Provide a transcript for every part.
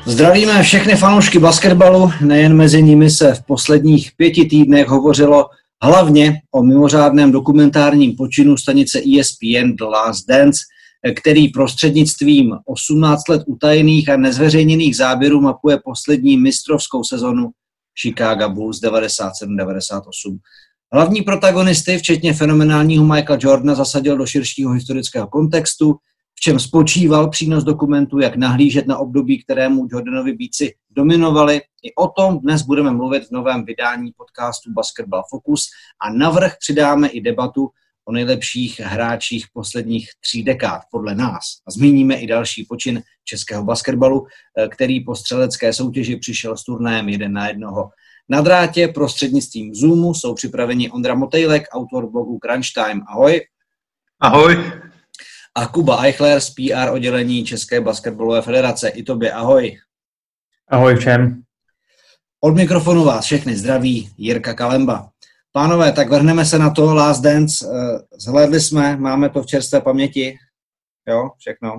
Zdravíme všechny fanoušky basketbalu, nejen mezi nimi se v posledních 5 týdnech hovořilo hlavně o mimořádném dokumentárním počinu stanice ESPN The Last Dance, který prostřednictvím 18 let utajených a nezveřejněných záběrů mapuje poslední mistrovskou sezonu Chicago Bulls 97-98. Hlavní protagonisty, včetně fenomenálního Michaela Jordana, zasadil do širšího historického kontextu, v čem spočíval přínos dokumentu, jak nahlížet na období, kterému Jordanovi býci dominovali. I o tom dnes budeme mluvit v novém vydání podcastu Basketball Focus a navrch přidáme i debatu o nejlepších hráčích posledních 3 dekád podle nás. A zmíníme i další počin českého basketbalu, který po střelecké soutěži přišel s turnajem 1 na 1. Na drátě prostřednictvím Zoomu jsou připraveni Ondra Motejlek, autor blogu Crunch Time. Ahoj. Ahoj. A Kuba Eichler z PR oddělení České basketbalové federace. I tobě ahoj. Ahoj všem. Od mikrofonu vás všechny zdraví Jirka Kalemba. Pánové, tak vrhneme se na to Last Dance. Zhlédli jsme, máme to v čerstvé paměti. Jo, všechno.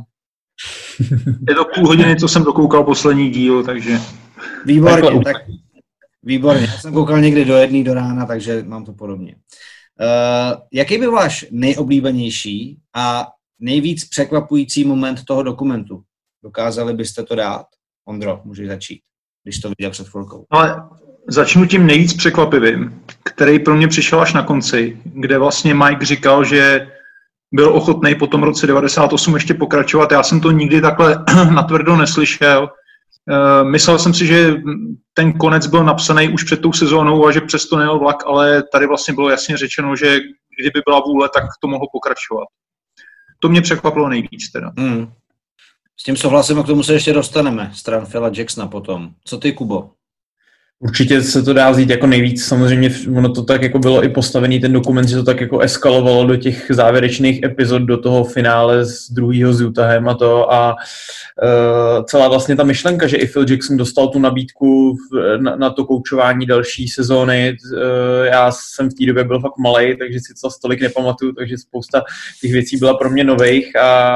Je to půl hodiny, co jsem dokoukal poslední díl, takže... Výborně, tak výborně. Já jsem koukal někdy do 1 do rána, takže mám to podobně. Jaký byl váš nejoblíbenější a nejvíc překvapující moment toho dokumentu? Dokázali byste to dát? Ondro, můžeš začít, když to viděl před chvilkou. Ale začnu tím nejvíc překvapivým, který pro mě přišel až na konci, kde vlastně Mike říkal, že byl ochotný po tom roce 98 ještě pokračovat. Já jsem to nikdy takhle natvrdo neslyšel. Myslel jsem si, že ten konec byl napsaný už před tou sezónou a že přesto nejel vlak, ale tady vlastně bylo jasně řečeno, že kdyby byla vůle, tak to mohlo pokračovat. To mě překvapilo nejvíc teda. S tím souhlasím a k tomu se ještě dostaneme, stran Phila Jacksona potom. Co ty, Kubo? Určitě se to dá vzít jako nejvíc, samozřejmě ono to tak jako bylo i postavený ten dokument, že to tak jako eskalovalo do těch závěrečných epizod, do toho finále z druhého s Utahem a to a celá vlastně ta myšlenka, že i Phil Jackson dostal tu nabídku na to koučování další sezóny. Já jsem v té době byl fakt malej, takže si to tolik nepamatuju, takže spousta těch věcí byla pro mě nových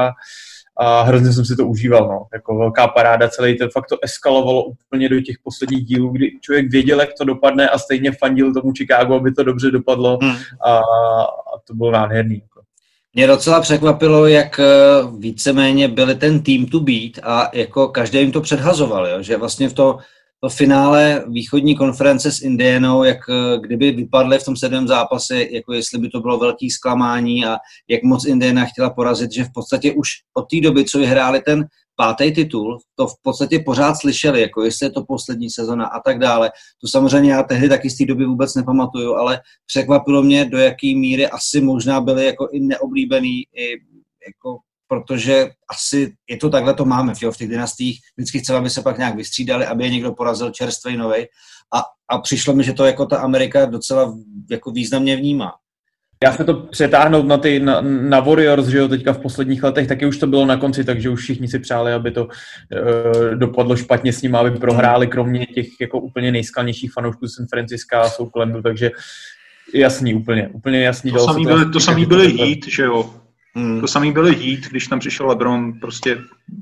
a hrozně jsem si to užíval, no. Jako velká paráda, celý ten fakt to eskalovalo úplně do těch posledních dílů, kdy člověk věděl, jak to dopadne a stejně fandil tomu Chicago, aby to dobře dopadlo a to bylo nádherný. Jako. Mě docela překvapilo, jak víceméně byli ten tým to beat a jako každý jim to předhazoval, jo? Že vlastně v to finále východní konference s Indianou, jak kdyby vypadli v tom 7. zápase, jako jestli by to bylo velký zklamání a jak moc Indiana chtěla porazit, že v podstatě už od té doby, co vyhráli ten 5. titul, to v podstatě pořád slyšeli, jako jestli je to poslední sezona a tak dále. To samozřejmě já tehdy taky z té doby vůbec nepamatuju, ale překvapilo mě, do jaký míry asi možná byli jako i neoblíbený, i jako protože asi je to takhle, to máme v těch dynastiích. Vždycky chceme, aby se pak nějak vystřídali, aby je někdo porazil čerstvej, novej. A přišlo mi, že to jako ta Amerika docela jako významně vnímá. Já se to přetáhnout na Warriors, že jo, teďka v posledních letech, taky už to bylo na konci, takže už všichni si přáli, aby to dopadlo špatně s nimi, aby prohráli, kromě těch jako úplně nejskalnějších fanoušků San Francisca a Oaklandu, takže jasný, úplně jasný. To samý byly Heat, že jo. To samý byly Heat, když tam přišel LeBron, prostě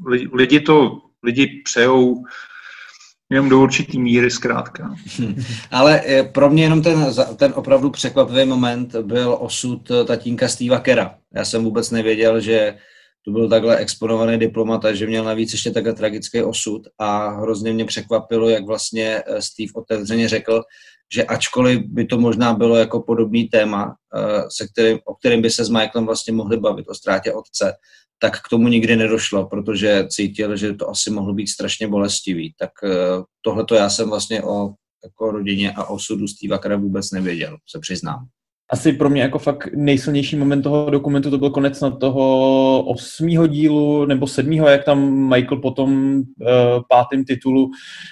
lidi přejou jenom do určitý míry zkrátka. Ale pro mě jenom ten opravdu překvapivý moment byl osud tatínka Steva Kera. Já jsem vůbec nevěděl, že to byl takhle exponovaný diplomat a že měl navíc ještě takhle tragický osud a hrozně mě překvapilo, jak vlastně Steve otevřeně řekl, že ačkoliv by to možná bylo jako podobný téma, o kterém by se s Michaelem vlastně mohli bavit, o ztrátě otce, tak k tomu nikdy nedošlo, protože cítil, že to asi mohlo být strašně bolestivý. Tak tohleto já jsem vlastně o jako rodině a osudu Steva Kera vůbec nevěděl, se přiznám. Asi pro mě jako fakt nejsilnější moment toho dokumentu to byl konec na toho 8. dílu nebo 7., jak tam Michael po tom 5. titulu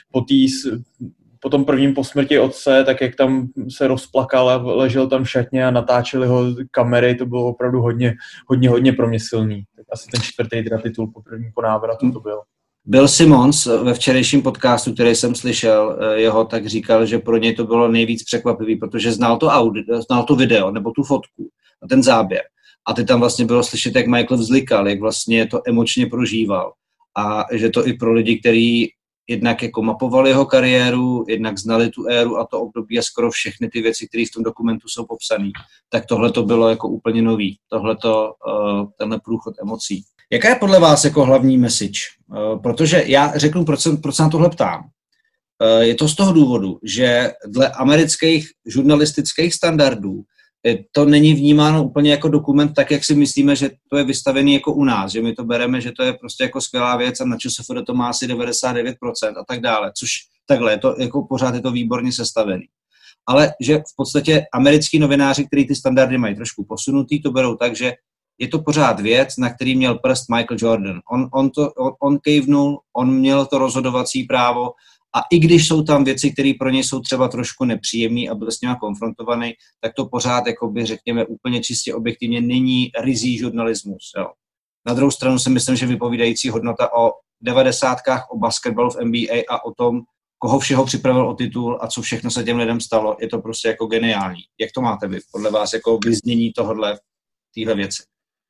po tom prvním po smrti otce, tak jak tam se rozplakal a ležel tam v šatně a natáčeli ho kamery, to bylo opravdu hodně pro mě silný. Tak asi ten 4. titul po návratu to byl. Bill Simmons ve včerejším podcastu, který jsem slyšel, tak říkal, že pro něj to bylo nejvíc překvapivý, protože znal to video nebo tu fotku a ten záběr. A ty tam vlastně bylo slyšet, jak Michael vzlikal, jak vlastně to emočně prožíval. A že to i pro lidi, kteří jednak jako mapovali jeho kariéru, jednak znali tu éru a to období a skoro všechny ty věci, které v tom dokumentu jsou popsané, tak tohle to bylo jako úplně nový, tenhle průchod emocí. Jaká je podle vás jako hlavní message? Protože já řeknu, proč se na tohle ptám. Je to z toho důvodu, že dle amerických žurnalistických standardů to není vnímáno úplně jako dokument tak, jak si myslíme, že to je vystavený jako u nás, že my to bereme, že to je prostě jako skvělá věc a na ČSFD to má asi 99% a tak dále, což takhle, pořád je to výborně sestavený. Ale že v podstatě americký novináři, kteří ty standardy mají trošku posunutý, to berou tak, že je to pořád věc, na který měl prst Michael Jordan. On kejvnul, on měl to rozhodovací právo a i když jsou tam věci, které pro něj jsou třeba trošku nepříjemné a byl s nimi konfrontovaný, tak to pořád, jakoby, řekněme, úplně čistě objektivně není rizí žurnalismus. Jo. Na druhou stranu si myslím, že vypovídající hodnota o 90kách, o basketbalu v NBA a o tom, koho všeho připravil o titul a co všechno se těm lidem stalo, je to prostě jako geniální. Jak to máte vy? Podle vás jako vyznění téhle věci?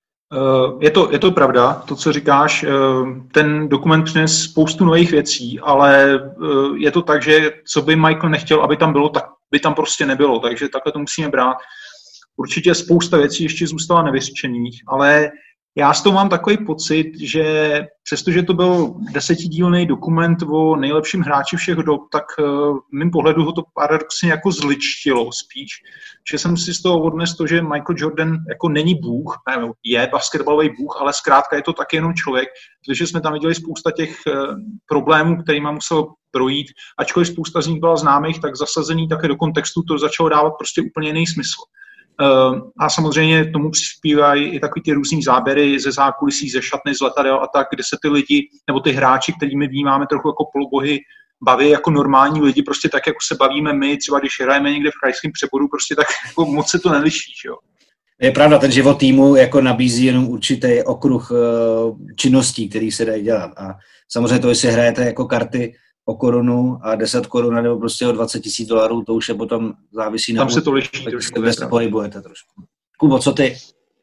Je to pravda, to, co říkáš, ten dokument přines spoustu nových věcí, ale je to tak, že co by Michael nechtěl, aby tam bylo, tak by tam prostě nebylo, takže takhle to musíme brát. Určitě spousta věcí ještě zůstala nevyřčených, ale já z toho mám takový pocit, že přestože to byl 10dílný dokument o nejlepším hráči všech dob, tak v mém pohledu ho to paradoxně jako zličtilo spíš. Že jsem si z toho odnesl to, že Michael Jordan jako není bůh, je basketbalový bůh, ale zkrátka je to taky jenom člověk, protože jsme tam viděli spousta těch problémů, kterýma musel projít, ačkoliv spousta z nich byla známých, tak zasazený také do kontextu to začalo dávat prostě úplně jiný smysl. A samozřejmě tomu přispívají i takový ty různý záběry ze zákulisí, ze šatny, z letadel a tak, kde se ty lidi, nebo ty hráči, kterými vnímáme trochu jako polobohy, baví jako normální lidi, prostě tak, jako se bavíme my, třeba když hrajeme někde v krajském přeboru, prostě tak jako moc se to neliší, jo. Je pravda, ten život týmu jako nabízí jenom určitý okruh činností, který se dají dělat. A samozřejmě to, jestli hrajete jako karty o korunu a 10 korun nebo prostě o $20,000, to už je potom závisí na... Tam se to liší trošku. Kde se pohybujete trošku. Kubo, co ty?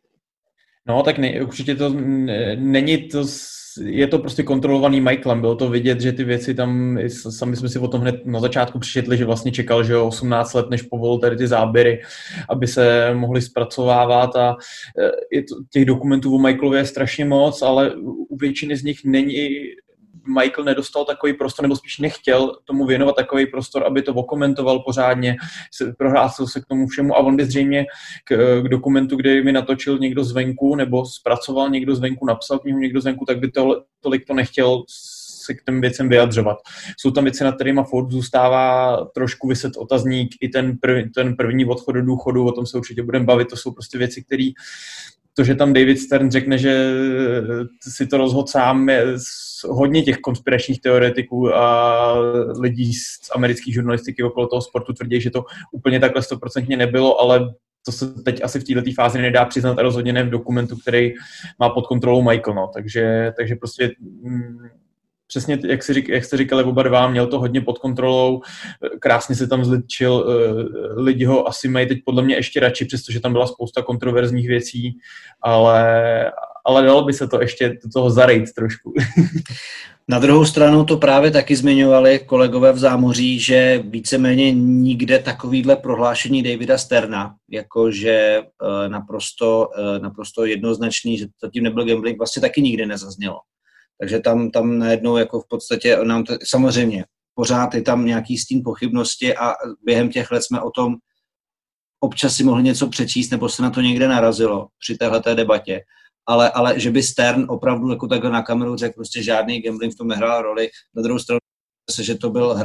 No, tak určitě to není to... Je to prostě kontrolovaný Michaelem, bylo to vidět, že ty věci tam, sami jsme si o tom hned na začátku přišetli, že vlastně čekal, že 18 let, než povolil tady ty záběry, aby se mohly zpracovávat a těch dokumentů o Michaelovi je strašně moc, ale u většiny z nich Michael nedostal takový prostor, nebo spíš nechtěl tomu věnovat takový prostor, aby to okomentoval pořádně, prohlásil se k tomu všemu a on by zřejmě k dokumentu, kde mi natočil někdo zvenku, nebo zpracoval někdo zvenku, napsal knihu někdo zvenku, tak by tolik to nechtěl se k těm věcem vyjadřovat. Jsou tam věci, nad kterýma furt zůstává trošku viset otazník, i ten první odchod do důchodu, o tom se určitě budeme bavit, to jsou prostě věci, které to, že tam David Stern řekne, že si to rozhodl sám, je hodně těch konspiračních teoretiků a lidí z amerických žurnalistiky okolo toho sportu tvrdí, že to úplně takhle 100% nebylo, ale to se teď asi v této fázi nedá přiznat a rozhodně ne v dokumentu, který má pod kontrolou Michael. No. Takže prostě přesně, jak jste říkali oba dva, měl to hodně pod kontrolou, krásně se tam zličil, lidi ho asi mají teď podle mě ještě radši, přestože tam byla spousta kontroverzních věcí, ale dalo by se to ještě do toho zarejt trošku. Na druhou stranu to právě taky zmiňovali kolegové v zámoří, že víceméně nikde takovýhle prohlášení Davida Sterna, jakože naprosto jednoznačný, že to tím nebyl gambling, vlastně taky nikde nezaznělo. Takže tam najednou jako v podstatě nám to, samozřejmě pořád je tam nějaký stín pochybnosti a během těch let jsme o tom občas si mohli něco přečíst nebo se na to někde narazilo při téhleté debatě. Ale že by Stern opravdu jako takhle na kameru řekl, prostě žádný gambling v tom nehrál roli. Na druhou stranu se, že to byl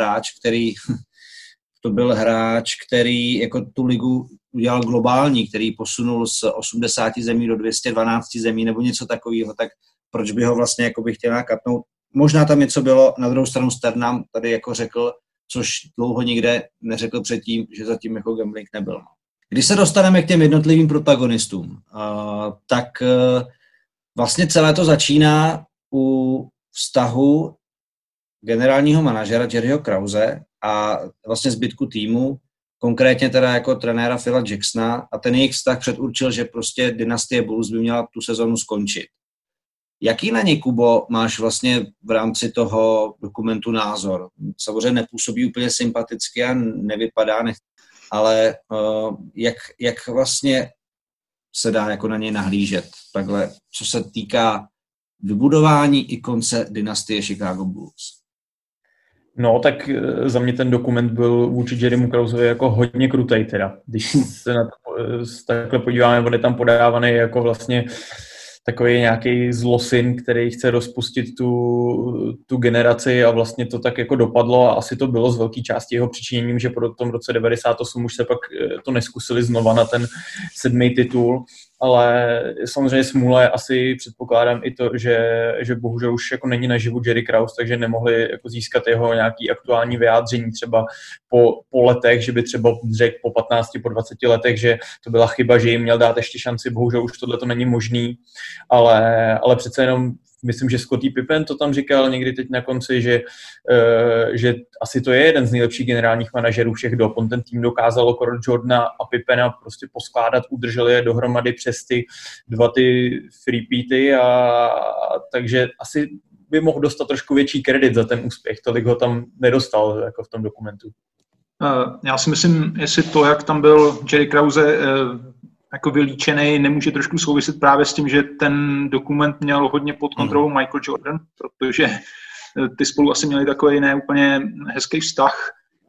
hráč, který jako tu ligu udělal globální, který posunul z 80 zemí do 212 zemí nebo něco takového, tak proč by ho vlastně jako by chtěl nakapnout. Možná tam něco bylo, na druhou stranu Stern nám tady jako řekl, což dlouho nikde neřekl předtím, že zatím jako gambling nebyl. Když se dostaneme k těm jednotlivým protagonistům, tak vlastně celé to začíná u vztahu generálního manažera Jerryho Krause a vlastně zbytku týmu, konkrétně teda jako trenéra Phila Jacksona, a ten jejich vztah předurčil, že prostě dynastie Bulls by měla tu sezonu skončit. Jaký na něj, Kubo, máš vlastně v rámci toho dokumentu názor? Samozřejmě nepůsobí úplně sympaticky a nevypadá, ale jak vlastně se dá jako na něj nahlížet takhle, co se týká vybudování i konce dynastie Chicago Bulls? No, tak za mě ten dokument byl vůči Jerrymu Krausovi jako hodně krutej teda. Když se na to takhle podíváme, on je tam podávaný jako vlastně takový nějaký zlosin, který chce rozpustit tu generaci a vlastně to tak jako dopadlo a asi to bylo z velké části jeho přičiněním, že po tom roce 98 už se pak to neskusili znova na ten 7. titul, ale samozřejmě smůla je asi, předpokládám i to, že bohužel už jako není naživu Jerry Krause, takže nemohli jako získat jeho nějaký aktuální vyjádření třeba po letech, že by třeba řekl po 15, po 20 letech, že to byla chyba, že jim měl dát ještě šanci, bohužel už tohle to není možný, ale přece jenom myslím, že Scottie Pippen to tam říkal někdy teď na konci, že asi to je jeden z nejlepších generálních manažerů všech dob. On ten tým dokázal okolo Jordana a Pippena prostě poskládat, udrželi je dohromady přes ty 2 freepeaty a takže asi by mohl dostat trošku větší kredit za ten úspěch. Tolik ho tam nedostal jako v tom dokumentu. Já si myslím, jestli to, jak tam byl Jerry Krause jako vylíčený, nemůže trošku souviset právě s tím, že ten dokument měl hodně pod kontrolou Michael Jordan, protože ty spolu asi měli takový neúplně hezký vztah.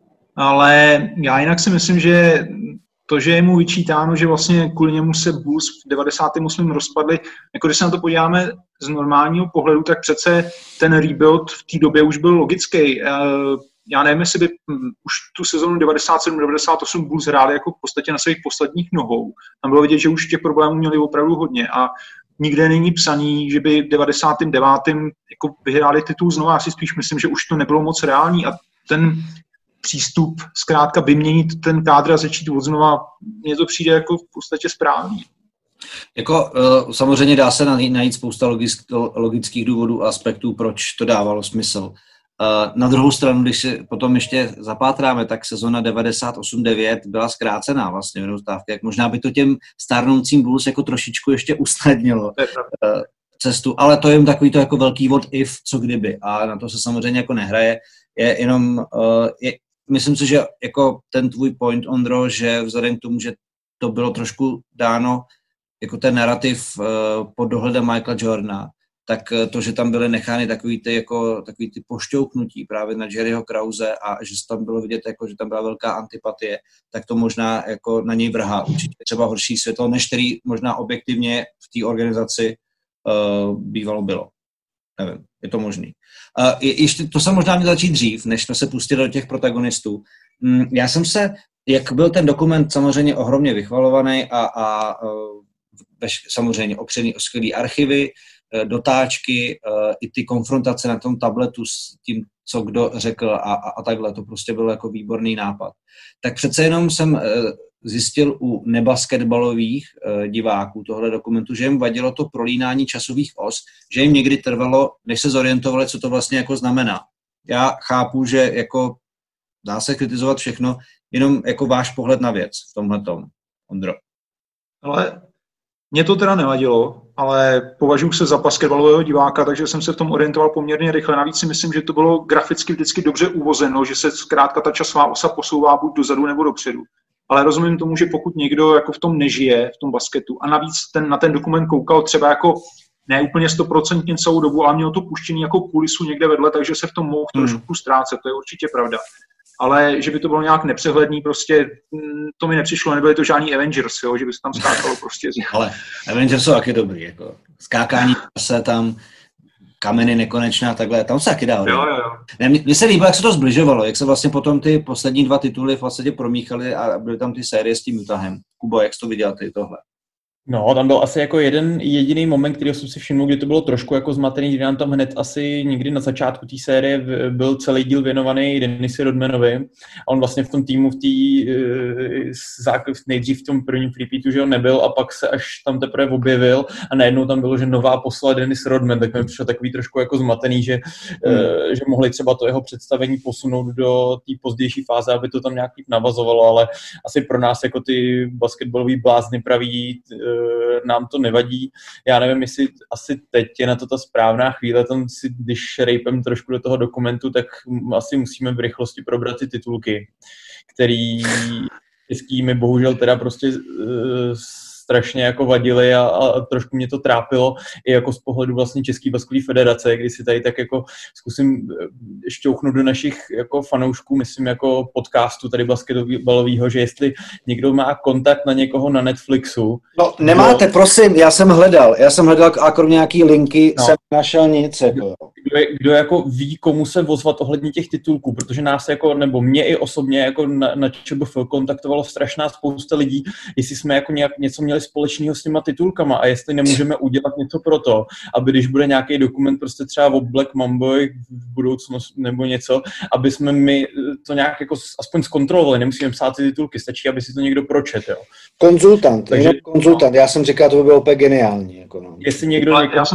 Ale já jinak si myslím, že to, že je mu vyčítáno, že vlastně kvůli němu se Bulls v 98. rozpadli, jako když se na to podíváme z normálního pohledu, tak přece ten rebuild v té době už byl logický. Já nevím, jestli by už tu sezonu 97-98 Bulls hráli jako v podstatě na svých posledních nohou. Tam bylo vidět, že už těch problémů měli opravdu hodně a nikde není psaný, že by v 99. jako vyhráli titul znovu. Já si spíš myslím, že už to nebylo moc reální a ten přístup zkrátka vyměnit ten kádr a začít od znova, mně to přijde jako v podstatě správný. Jako samozřejmě dá se najít spousta logických důvodů a aspektů, proč to dávalo smysl. Na druhou stranu, když si potom ještě zapátráme, tak sezona 98-9 byla zkrácená vlastně v stávky, jak možná by to těm stárnoucím Bulls jako trošičku ještě usnadnilo cestu, ale to je jen takový to jako velký what if, co kdyby a na to se samozřejmě jako nehraje, je jenom, myslím si, že jako ten tvůj point, Ondro, že vzhledem k tomu, že to bylo trošku dáno jako ten narrativ pod dohledem Michaela Jordana, tak to, že tam byly nechány takový ty pošťouknutí právě na Jerryho Krause a že tam bylo vidět, jako, že tam byla velká antipatie, tak to možná jako na něj vrhá určitě třeba horší světlo, než který možná objektivně v té organizaci bývalo bylo. Nevím, je to možný. Ještě to se možná měl začít dřív, než jsme se pustili do těch protagonistů. Já jsem se, jak byl ten dokument samozřejmě ohromně vychvalovaný a samozřejmě opřený o skvělý archivy, dotáčky, i ty konfrontace na tom tabletu s tím, co kdo řekl a takhle, to prostě byl jako výborný nápad. Tak přece jenom jsem zjistil u nebasketbalových diváků tohle dokumentu, že jim vadilo to prolínání časových os, že jim někdy trvalo, než se zorientovali, co to vlastně jako znamená. Já chápu, že jako dá se kritizovat všechno, jenom jako váš pohled na věc v tomhletom, Ondro. Ale mně to teda nevadilo, ale považuji se za basketbalového diváka, takže jsem se v tom orientoval poměrně rychle. Navíc si myslím, že to bylo graficky vždycky dobře uvozeno, že se zkrátka ta časová osa posouvá buď dozadu nebo dopředu. Ale rozumím tomu, že pokud někdo jako v tom nežije, v tom basketu, a navíc na ten dokument koukal třeba jako ne úplně 100% celou dobu, ale měl to puštění jako kulisu někde vedle, takže se v tom mohl trošku ztrácet, to je určitě pravda. Ale že by to bylo nějak nepřehledný, prostě to mi nepřišlo, nebyly to žádný Avengers, jo, že by se tam skákalo prostě. Ale Avengers jsou taky dobrý, jako skákání se tam, kameny nekonečná, takhle, tam se taky dá. Jo. Mně se líbilo, jak se to zbližovalo, jak se vlastně potom ty poslední 2 tituly vlastně promíchaly a byly tam ty série s tím Utahem. Kubo, jak jsi to viděl ty tohle? No, tam byl asi jako jeden jediný moment, který jsem si všiml, kdy to bylo trošku jako zmatený, kdy nám tam hned asi někdy na začátku té série byl celý díl věnovaný Dennisi Rodmanovi. A on vlastně v tom týmu nejdřív v tom prvním freepeatu, že on nebyl a pak se až tam teprve objevil a najednou tam bylo, že nová posla Dennis Rodman, tak mi přišlo takový trošku jako zmatený, že mohli třeba to jeho představení posunout do té pozdější fáze, aby to tam nějak navazovalo, ale asi pro nás jako ty basketbalový blázny praví nám to nevadí. Já nevím, jestli asi teď je na to ta správná chvíle, tam si, když rejpem trošku do toho dokumentu, tak asi musíme v rychlosti probrat ty titulky, který český mi bohužel teda prostě strašně jako vadily a trošku mě to trápilo i jako z pohledu vlastně České basketbalové federace, kdy si tady tak jako zkusím šťouchnout do našich jako fanoušků, myslím jako podcastu tady basketbalového, že jestli někdo má kontakt na někoho na Netflixu. No nemáte, prosím, já jsem hledal a kromě nějaký linky jsem našel nic. Jako. Kdo jako ví, komu se ozvat ohledně těch titulků, protože nás jako, nebo mě i osobně jako na ČBF kontaktovalo strašná spousta lidí, jestli jsme jako něco měli společného s těma titulkama a jestli nemůžeme udělat něco pro to, aby když bude nějaký dokument prostě třeba o Black Mamboy v budoucnosti nebo něco, aby jsme my to nějak jako aspoň zkontrolovali, nemusíme psát ty titulky, stačí, aby si to někdo pročet, jo. Konzultant, já jsem říkal, to by bylo úplně geniální. Jako no. Jestli někdo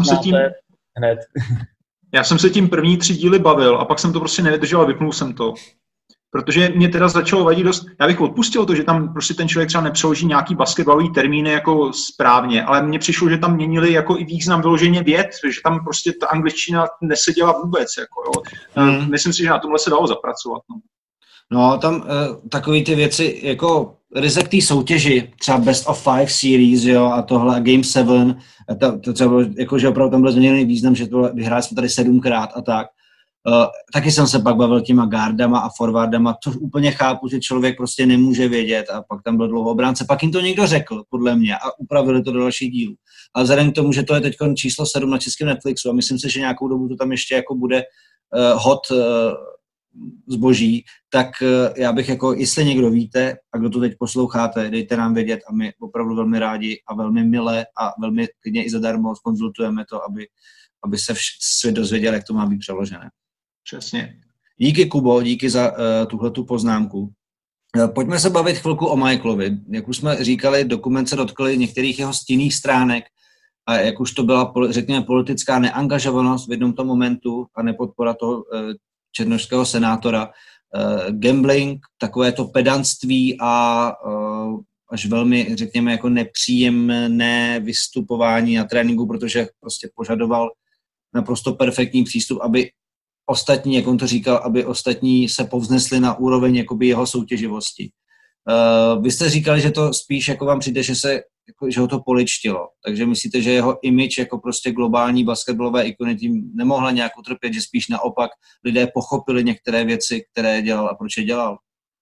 hned. Já jsem se tím první 3 díly bavil a pak jsem to prostě nevydržel a vypnul jsem to. Protože mě teda začalo vadit dost, já bych odpustil to, že tam prostě ten člověk třeba nepřeloží nějaký basketbalový termíny jako správně, ale mně přišlo, že tam měnili jako i význam vyloženě vět, že tam prostě ta angličtina neseděla vůbec. Jako, jo. Myslím si, že na tomhle se dalo zapracovat. No tam takový ty věci, jako ryze k té soutěži, třeba Best of 5 series, jo, a tohle, Game 7, to třeba bylo, jako, že opravdu tam byl změněný význam, že to vyhráli jsme tady 7krát a tak. Taky jsem se pak bavil těma guardama a forwardama, což úplně chápu, že člověk prostě nemůže vědět a pak tam byl dlouho obránce. Pak jim to někdo řekl, podle mě, a upravili to do dalších dílů. A vzhledem k tomu, že to je teď číslo 7 na českém Netflixu a myslím si, že nějakou dobu to tam ještě jako bude hot zboží, tak já bych jako, jestli někdo víte a kdo to teď posloucháte, dejte nám vědět a my opravdu velmi rádi a velmi milé a velmi klidně i zadarmo konzultujeme to, aby se svět dozvěděl, jak to má být přeložené. Přesně. Díky, Kubo, díky za tuhletu poznámku. Pojďme se bavit chvilku o Michaelovi. Jak už jsme říkali, dokument se dotkli některých jeho stinných stránek a jak už to byla, řekněme, politická neangažovanost v jednom tom momentu a nepodpora toho černošského senátora, gambling, takové to pedantství a až velmi, řekněme, jako nepříjemné vystupování na tréninku, protože prostě požadoval naprosto perfektní přístup, aby ostatní, jak on to říkal, aby ostatní se povznesli na úroveň jakoby jeho soutěživosti. Vy jste říkali, že to spíš jako vám přijde, že ho to poličtilo. Takže myslíte, že jeho image jako prostě globální basketbalové ikony tím nemohla nějak utrpět, že spíš naopak lidé pochopili některé věci, které dělal a proč je dělal?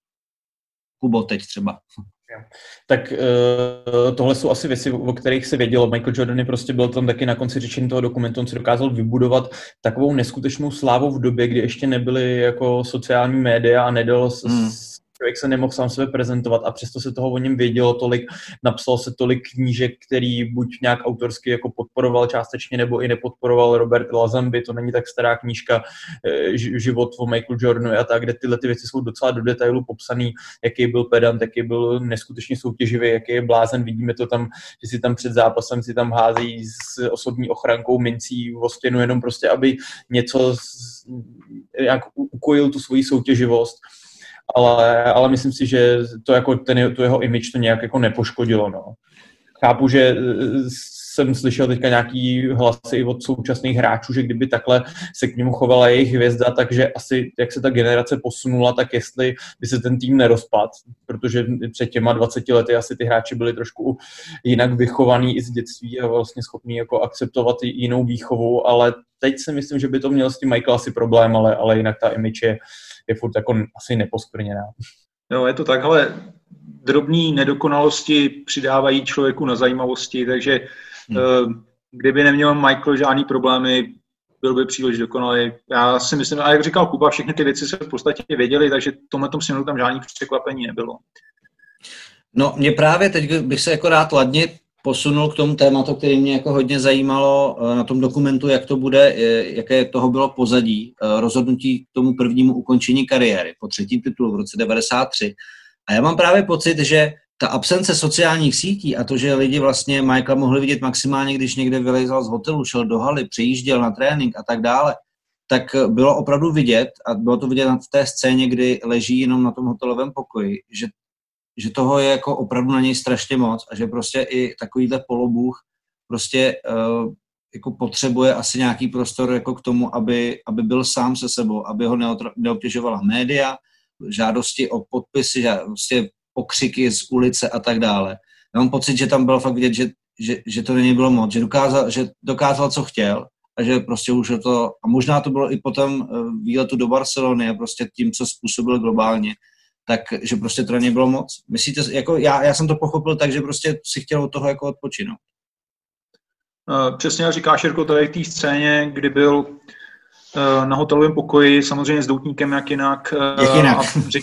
Kubo teď třeba. Tak tohle jsou asi věci, o kterých se vědělo. Michael Jordan prostě byl tam taky na konci řečení toho dokumentu, on si dokázal vybudovat takovou neskutečnou slávu v době, kdy ještě nebyly jako sociální média a nedalo člověk se nemohl sám sebe prezentovat a přesto se toho o něm vědělo tolik, napsal se tolik knížek, který buď nějak autorsky jako podporoval částečně nebo i nepodporoval Robert Lazenby, to není tak stará knížka, život o Michael Jordanu a tak, kde tyhle ty věci jsou docela do detailu popsaný, jaký byl pedant, jaký byl neskutečně soutěživý, jaký je blázen, vidíme to tam, že si tam před zápasem si tam hází s osobní ochrankou mincí o stěnu, jenom prostě, aby něco jak ukojil tu svoji soutěživost. Ale myslím si, že to jako tu jeho image to nějak jako nepoškodilo. No. Chápu, že jsem slyšel teďka nějaký hlasy i od současných hráčů, že kdyby takhle se k němu chovala jejich hvězda, takže asi jak se ta generace posunula, tak jestli by se ten tým nerozpadl, protože před těma 20 lety asi ty hráči byli trošku jinak vychovaný i z dětství a vlastně schopní jako akceptovat jinou výchovu, ale teď si myslím, že by to měl s tím Michael asi problém, ale jinak ta image je furt jako asi neposkvrněná. Jo, je to tak, ale drobné nedokonalosti přidávají člověku na zajímavosti, takže kdyby neměl Michael žádný problémy, byl by příliš dokonalý. Já si myslím, a jak říkal Kuba, všechny ty věci se v podstatě věděli, takže v tomhletom směru tam žádný překvapení nebylo. No, mě právě teď bych se jako rád ladně posunul k tomu tématu, který mě jako hodně zajímalo na tom dokumentu, jak to bude, jaké toho bylo pozadí, rozhodnutí k tomu prvnímu ukončení kariéry po 3. titulu v roce 1993. A já mám právě pocit, že ta absence sociálních sítí a to, že lidi vlastně Michaela mohli vidět maximálně, když někde vylezal z hotelu, šel do haly, přejížděl na trénink a tak dále, tak bylo opravdu vidět, a bylo to vidět v té scéně, kdy leží jenom na tom hotelovém pokoji, že že toho je jako opravdu na něj strašně moc a že prostě i takovýhle polobůh prostě jako potřebuje asi nějaký prostor jako k tomu, aby byl sám se sebou, aby ho neobtěžovala média, žádosti o podpisy, prostě pokřiky z ulice a tak dále. Já mám pocit, že tam bylo fakt vidět, že to není bylo moc, že dokázal, co chtěl a že prostě už je to, a možná to bylo i potom výletu do Barcelony a prostě tím, co způsobil globálně, tak, že prostě to není bylo moc. Myslíte, jako já jsem to pochopil tak, že prostě si chtěl od toho jako odpočinout. Přesně jak říkáš, Jirko, tady v té scéně, kdy byl na hotelovém pokoji, samozřejmě s doutníkem jak jinak. A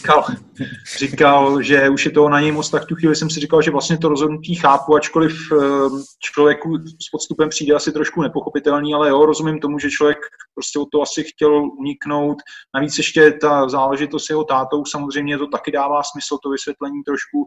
říkal, že už je toho na něj moc, tak tu chvíli jsem si říkal, že vlastně to rozhodnutí chápu, ačkoliv člověku s podstupem přijde asi trošku nepochopitelný, ale jo, rozumím tomu, že člověk prostě od toho asi chtěl uniknout. Navíc ještě ta záležitost s jeho tátou, samozřejmě to taky dává smysl, to vysvětlení trošku.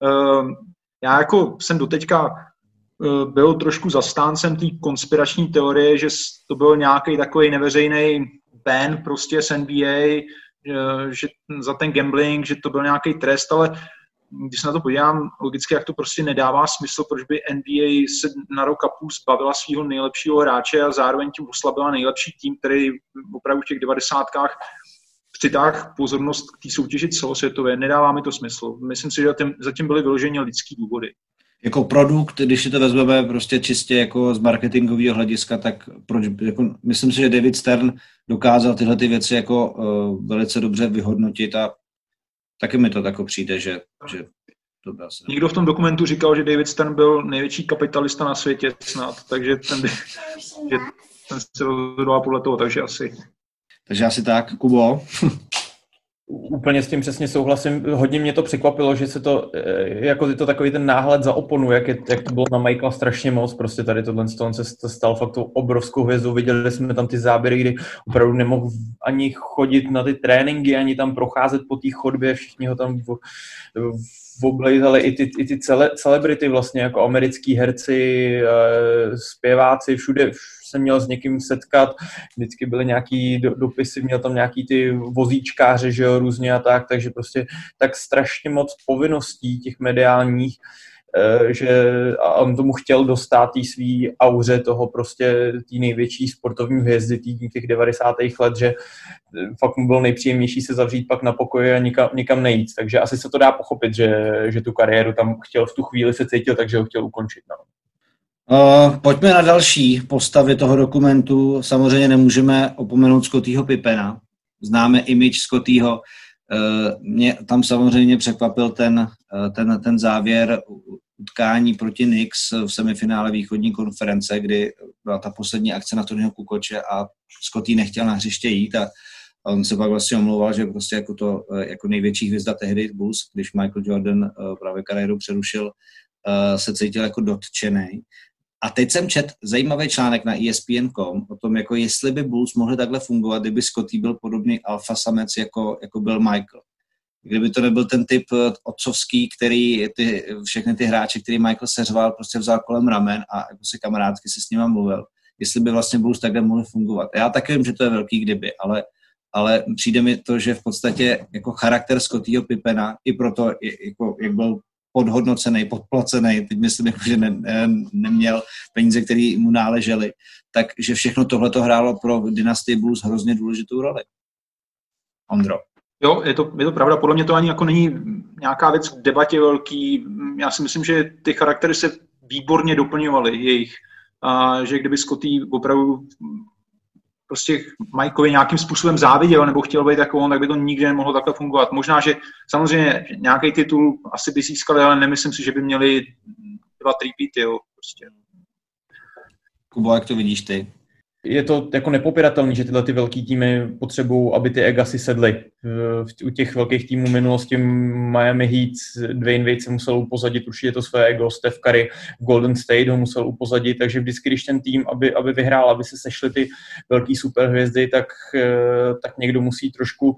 Já jako jsem doteďka byl trošku zastáncem té konspirační teorie, že to byl nějaký takový neveřejný ban prostě z NBA, že za ten gambling, že to byl nějaký trest, ale když se na to podívám, logicky, jak to prostě nedává smysl, proč by NBA se na rok a půl zbavila svého nejlepšího hráče a zároveň tím oslabila nejlepší tým, který opravdu v těch 90kách přitáhl pozornost k té soutěži celosvětové. Nedává mi to smysl. Myslím si, že zatím byly vyloženě lidský důvody. Jako produkt, když si to vezmeme prostě čistě jako z marketingového hlediska, tak proč, jako, myslím si, že David Stern dokázal tyhle ty věci jako velice dobře vyhodnotit a taky mi to tako přijde, že to byl asi... Někdo v tom dokumentu říkal, že David Stern byl největší kapitalista na světě snad, takže ten se rozhodoval podle toho, takže asi tak. Kubo? Úplně s tím přesně souhlasím. Hodně mě to překvapilo, že se to, jako je to takový ten náhled za oponu, jak to bylo na Michaela strašně moc, prostě tady tohle se stal fakt tou obrovskou hvězdou. Viděli jsme tam ty záběry, kdy opravdu nemohl ani chodit na ty tréninky, ani tam procházet po té chodbě, všichni ho tam oblejzali, i ty celebrity vlastně, jako americký herci, zpěváci, všude se měl s někým setkat, vždycky byly nějaký dopisy, měl tam nějaký ty vozíčkáře, že jo, různě a tak, takže prostě tak strašně moc povinností těch mediálních, že on tomu chtěl dostat tý svý auře toho prostě tý největší sportovní hvězdy těch 90. let, že fakt mu bylo nejpříjemnější se zavřít pak na pokoji a nikam nejít. Takže asi se to dá pochopit, že tu kariéru tam chtěl v tu chvíli se cítil, takže ho chtěl ukončit. No. Pojďme na další postavy toho dokumentu. Samozřejmě nemůžeme opomenout Scottyho Pippena. Známe image Scottyho. Mě tam samozřejmě překvapil ten závěr utkání proti Knicks v semifinále východní konference, kdy byla ta poslední akce na turnaji Kukoče a Scotty nechtěl na hřiště jít a on se pak vlastně omlouval, že prostě jako největší hvězda tehdy Bulls, když Michael Jordan právě kariéru přerušil, se cítil jako dotčenej. A teď jsem četl zajímavý článek na ESPN.com o tom, jako jestli by Bulls mohli takhle fungovat, kdyby Scotty byl podobný alfa samec, jako byl Michael. Kdyby to nebyl ten typ otcovský, který všechny ty hráče, který Michael seřval, prostě vzal kolem ramen a jako si kamarádsky se s nima mluvil. Jestli by vlastně Bulls takhle mohli fungovat. Já taky vím, že to je velký kdyby, ale přijde mi to, že v podstatě jako charakter Scottyho Pippena, i proto, jako, jak byl podhodnocený, podplacený, teď myslím, jako, že neměl peníze, které mu náležely, takže všechno tohle to hrálo pro dynastii Bulls hrozně důležitou roli. Ondro. Jo, je to pravda, podle mě to ani jako není nějaká věc k debatě velký. Já si myslím, že ty charaktery se výborně doplňovaly jejich. A že kdyby Scotty opravdu prostě Mikeovi nějakým způsobem záviděl nebo chtěl být jako on, tak by to nikdy nemohlo takhle fungovat. Možná, že samozřejmě nějaký titul asi by získali, ale nemyslím si, že by měli 2 třípity, jo. Prostě. Kubo, jak to vidíš ty? Je to jako nepopiratelný, že tyhle ty velký týmy potřebují, aby ty ega si sedly. U těch velkých týmů minulosti Miami Heat, Dwayne Wade se musel upozadit určitě to své ego, Steph Curry v Golden State ho musel upozadit, takže vždycky, když ten tým, aby vyhrál, aby se sešly ty velký superhvězdy, tak někdo musí trošku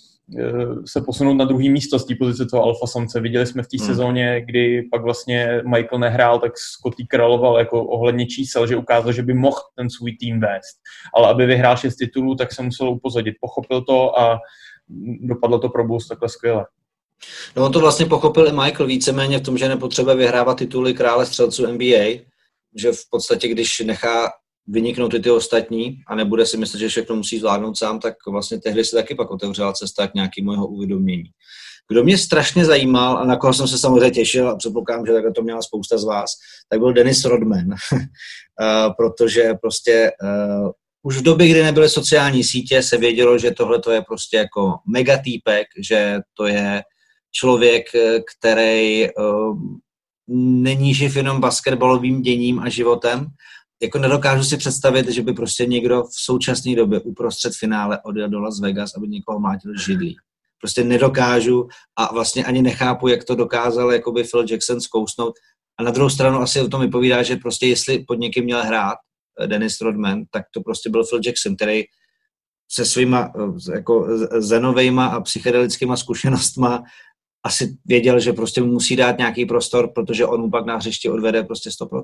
se posunout na druhý místo z té pozice toho alfa samce. Viděli jsme v té sezóně, kdy pak vlastně Michael nehrál, tak Scotty královal jako ohledně čísel, že ukázal, že by mohl ten svůj tým vést. Ale aby vyhrál 6 titulů, tak se musel upozadit. Pochopil to a dopadlo to pro Bulls takhle skvěle. No on to vlastně pochopil i Michael víceméně v tom, že nepotřebuje vyhrávat tituly krále střelců NBA, že v podstatě, když nechá vyniknout i ty ostatní a nebude si myslet, že všechno musí zvládnout sám, tak vlastně tehdy se taky pak otevřela cesta k nějakému jeho uvědomění. Kdo mě strašně zajímal a na koho jsem se samozřejmě těšil a předpokládám, že takhle to měla spousta z vás, tak byl Dennis Rodman, protože prostě už v době, kdy nebyly sociální sítě, se vědělo, že tohle to je prostě jako megatýpek, že to je člověk, který není živ jenom basketbalovým děním a životem. Jako nedokážu si představit, že by prostě někdo v současné době uprostřed finále odjel do Las Vegas, aby někoho mlátil židlí. Prostě nedokážu a vlastně ani nechápu, jak to dokázal jakoby Phil Jackson zkousnout. A na druhou stranu asi o tom vypovídá, že prostě jestli pod někým měl hrát Dennis Rodman, tak to prostě byl Phil Jackson, který se svýma jako zenovejma a psychedelickýma zkušenostma asi věděl, že prostě musí dát nějaký prostor, protože on mu pak na hřišti odvede prostě 100%.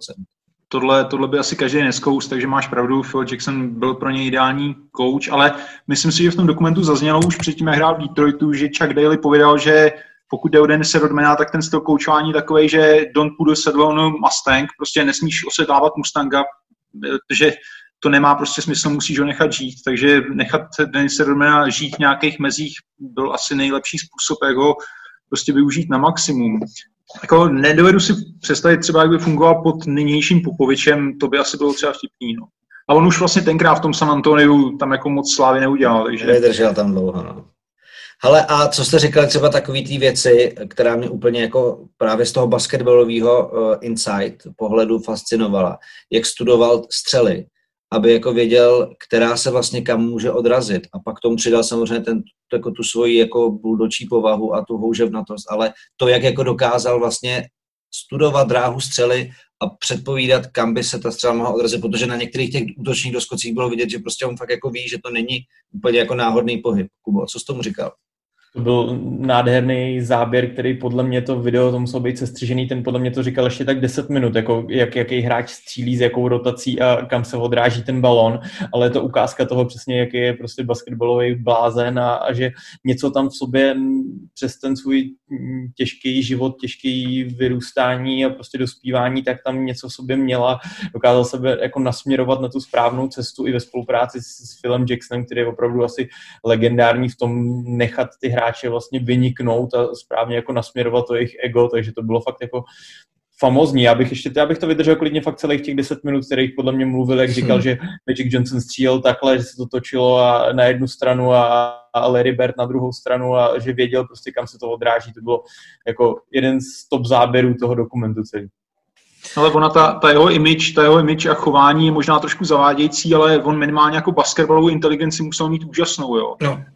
Tohle by asi každý neskous, takže máš pravdu, Phil Jackson byl pro něj ideální coach, ale myslím si, že v tom dokumentu zaznělo už předtím, jak hrál v Detroitu, že Chuck Daly pověděl, že pokud jde o Dennise Rodmana, tak ten styl koučování je takovej, že don't put a saddle on a Mustang, prostě nesmíš osedlávat Mustanga, protože to nemá prostě smysl, musíš ho nechat žít, takže nechat Dennise Rodmana žít v nějakých mezích byl asi nejlepší způsob, jak ho prostě využít na maximum. Jako nedovedu si představit třeba, jak by fungoval pod nynějším Popovičem, to by asi bylo třeba vtipný, no. A on už vlastně tenkrát v tom San Antoniu tam jako moc slávy neudělal, takže... Vydržel tam dlouho, no. Hele, a co jste říkali třeba takový ty věci, která mě úplně jako právě z toho basketbalového insight pohledu fascinovala, jak studoval střely, aby jako věděl, která se vlastně kam může odrazit. A pak tomu přidal samozřejmě jako tu svoji jako buldočí povahu a tu houževnatost, ale to, jak jako dokázal vlastně studovat dráhu střely a předpovídat, kam by se ta střela mohla odrazit, protože na některých těch útočních doskocích bylo vidět, že prostě on fakt jako ví, že to není úplně jako náhodný pohyb. Kubo, co jsi tomu říkal? To byl nádherný záběr, který podle mě to video, to muselo být sestřižený, ten podle mě to říkal ještě tak 10 minut, jako jaký hráč střílí, s jakou rotací a kam se odráží ten balón, ale je to ukázka toho přesně, jaký je prostě basketbalový blázen a že něco tam v sobě přes ten svůj těžký život, těžký vyrůstání a prostě dospívání, tak tam něco v sobě měla, dokázal sebe jako nasměrovat na tu správnou cestu i ve spolupráci s Philem Jacksonem, který je opravdu asi legendární v tom nechat ty hráče vlastně vyniknout a správně jako nasměrovat to jejich ego, takže to bylo fakt jako famózní. Já bych to vydržel klidně fakt celých těch 10 minut, kterých podle mě mluvil, jak říkal, že Magic Johnson střílel takhle, že se to točilo a na jednu stranu a Larry Bird na druhou stranu a že věděl prostě, kam se to odráží. To bylo jako jeden z top záběrů toho dokumentu celý. Ale ona, ta jeho image a chování je možná trošku zavádějící, ale on minimálně jako basketbalovou inteligenci musel mít úžasnou, jo. No,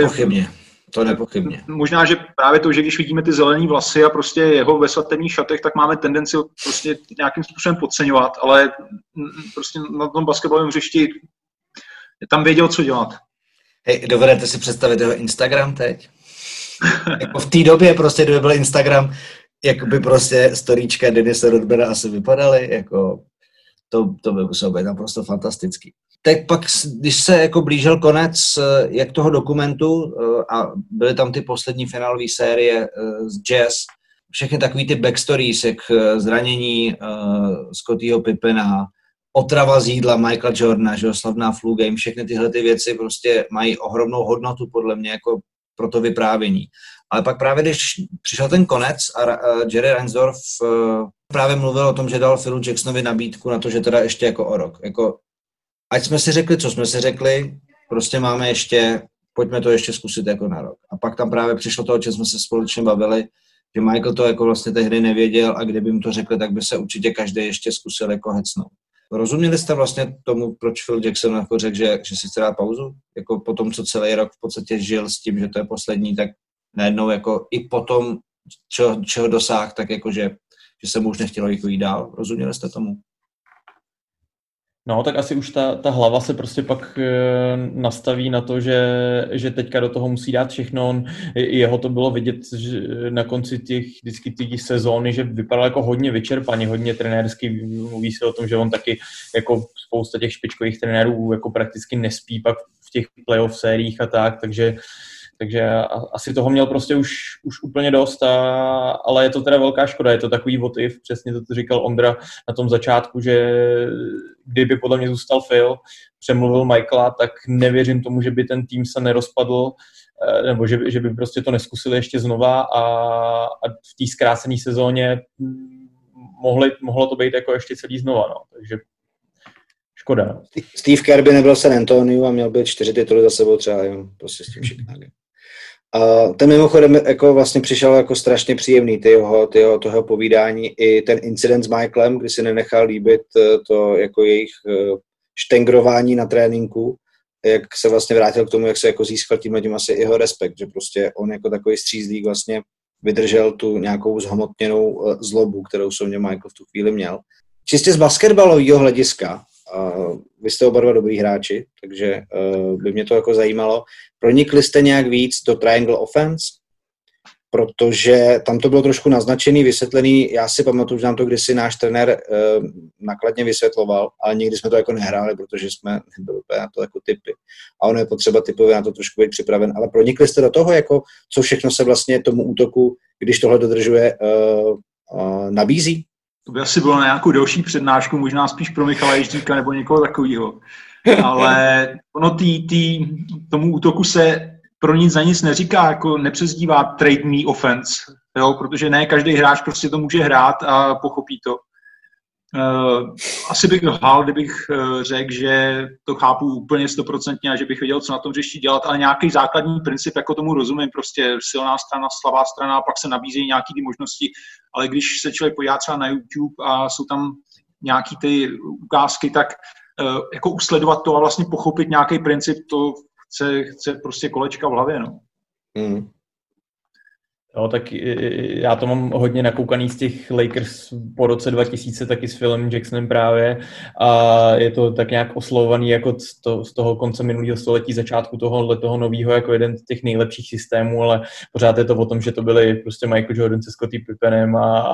to nepochybně. Možná, že právě to, že když vidíme ty zelený vlasy a prostě jeho ve svatebních šatech, tak máme tendenci prostě nějakým způsobem podceňovat, ale prostě na tom basketbalovém hřišti tam věděl, co dělat. Hej, dovedete si představit jeho Instagram teď? Jako v té době prostě, kdyby byl Instagram, jak by prostě storíčka Dennise Rodmana asi vypadaly, jako to by muselo být naprosto fantastický. Tak pak, když se jako blížil konec jak toho dokumentu a byly tam ty poslední finálové série z Jazz, všechny takový ty backstories, jak zranění Scottyho Pippena, otrava z jídla Michaela Jordana, že jo, slavná flu game, všechny tyhle ty věci prostě mají ohromnou hodnotu podle mě jako pro to vyprávění. Ale pak právě, když přišel ten konec a Jerry Reinsdorf právě mluvil o tom, že dal Philu Jacksonovi nabídku na to, že teda ještě jako o rok. Jako, ať jsme si řekli, co jsme si řekli, prostě máme ještě, pojďme to ještě zkusit jako na rok. A pak tam právě přišlo to, o čem jsme se společně bavili, že Michael to jako vlastně tehdy nevěděl a kdyby mu to řekli, tak by se určitě každý ještě zkusil jako hecnout. Rozuměli jste vlastně tomu, proč Phil Jackson jako řekl, že si chce dát pauzu? Jako po tom, co celý rok v podstatě žil s tím, že to je poslední, tak najednou jako i po tom, čeho dosáhl, tak jako, že se mu už nechtělo jako jít dál. Rozuměli jste tomu? No, tak asi už ta hlava se prostě pak nastaví na to, že teďka do toho musí dát všechno. Jeho to bylo vidět že na konci vždycky těch sezóny, že vypadal jako hodně vyčerpaně, hodně trenérsky. Mluví se o tom, že on taky jako spousta těch špičkových trenérů jako prakticky nespí pak v těch playoff sériích a tak, takže Takže asi toho měl prostě už úplně dost, ale je to teda velká škoda, je to takový what if, přesně to říkal Ondra na tom začátku, že kdyby podle mě zůstal Phil, přemluvil Michaela, tak nevěřím tomu, že by ten tým se nerozpadl, nebo že by prostě to neskusili ještě znova a v té zkrácené sezóně mohlo to být jako ještě celý znova, no. Takže škoda. No. Steve Kerr by nebyl San Antonio a měl by 4 tituly za sebou třeba, jo, prostě s tím Chicagem. A ten mimochodem jako vlastně přišel jako strašně příjemný, toho povídání, i ten incident s Michaelem, kdy si nenechal líbit to jako jejich štengrování na tréninku, jak se vlastně vrátil k tomu, jak se jako získal tím asi jeho respekt, že prostě on jako takový střízlík vlastně vydržel tu nějakou zhmotněnou zlobu, kterou se mě Michael v tu chvíli měl. Čistě z basketbalového hlediska, vy jste oba dva dobrý hráči, takže by mě to jako zajímalo. Pronikli jste nějak víc do triangle offense? Protože tam to bylo trošku naznačený, vysvětlený. Já si pamatuju, že nám to kdysi náš trenér nakladně vysvětloval, ale nikdy jsme to jako nehráli, protože jsme nebyli na to jako typy. A ono je potřeba typově na to trošku být připraven. Ale pronikli jste do toho, jako co všechno se vlastně tomu útoku, když tohle dodržuje, nabízí? To by asi bylo na nějakou delší přednášku, možná spíš pro Michala Ježdíka nebo někoho takového. Ale ono tomu útoku se pro nic za nic neříká, jako nepřezdívá trade me offense, jo? Protože ne každý hráč prostě to může hrát a pochopí to. Asi bych lhal, kdybych řekl, že to chápu úplně 100% a že bych věděl, co na tom hřišti dělat, ale nějaký základní princip, jako tomu rozumím, prostě silná strana, slabá strana, a pak se nabízejí nějaké ty možnosti, ale když se člověk podívá třeba na YouTube a jsou tam nějaký ty ukázky, tak jako usledovat to a vlastně pochopit nějaký princip, to chce prostě kolečka v hlavě, no. Jo, tak já to mám hodně nakoukaný z těch Lakers po roce 2000, taky s Philem Jacksonem právě, a je to tak nějak oslovovaný jako z toho konce minulého století, začátku toho nového jako jeden z těch nejlepších systémů, ale pořád je to o tom, že to byly prostě Michael Jordan se Scottie Pippenem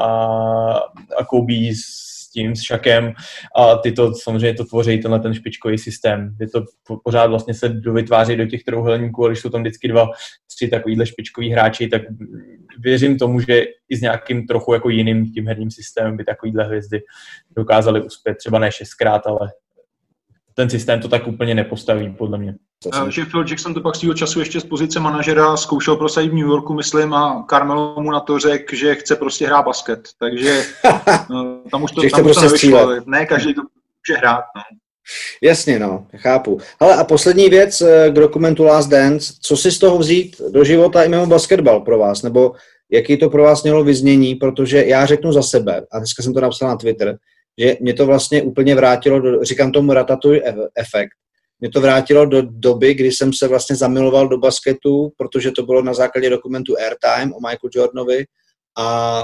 a Kobe s Shakem a ty to samozřejmě to tvoří ten špičkový systém. Je to pořád vlastně se vytváří do těch trojúhelníků, ale když jsou tam vždycky 2-3 takovýhle špičkoví hráči, tak věřím tomu, že i s nějakým trochu jako jiným tím herním systémem by takovýhle hvězdy dokázaly uspět. Třeba ne 6krát, ale ten systém to tak úplně nepostaví, podle mě. Že Phil Jackson to pak z toho času ještě z pozice manažera zkoušel prosadit v New Yorku, myslím, a Carmelo mu na to řekl, že chce prostě hrát basket. Takže tam už to prostě nevyšlo. Ne každý to může hrát. No. Jasně, no, chápu. Hele, a poslední věc k dokumentu Last Dance. Co si z toho vzít do života i mimo basketbal pro vás? Nebo jaký to pro vás mělo vyznění? Protože já řeknu za sebe, a dneska jsem to napsal na Twitter, že mě to vlastně úplně vrátilo, říkám tomu Ratatouille efekt, mě to vrátilo do doby, kdy jsem se vlastně zamiloval do basketu, protože to bylo na základě dokumentu Airtime o Michaelu Jordanovi a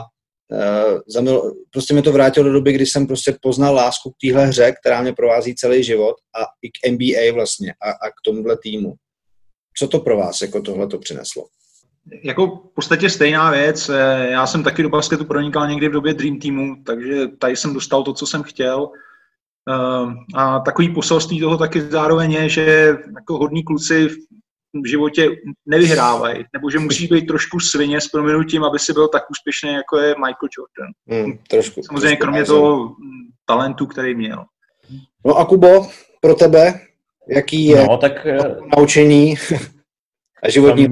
prostě mě to vrátilo do doby, kdy jsem prostě poznal lásku k téhle hře, která mě provází celý život a i k NBA vlastně a k tomuhle týmu. Co to pro vás jako tohle to přineslo? Jako v podstatě stejná věc. Já jsem taky do basketu pronikal někdy v době Dream Teamu, takže tady jsem dostal to, co jsem chtěl. A takový poselství toho taky zároveň je, že jako hodní kluci v životě nevyhrávají, nebo že musí být trošku svině s prominutím, aby si byl tak úspěšný, jako je Michael Jordan. Samozřejmě kromě toho talentu, který měl. No a Kubo, pro tebe, jaký je naučení a životní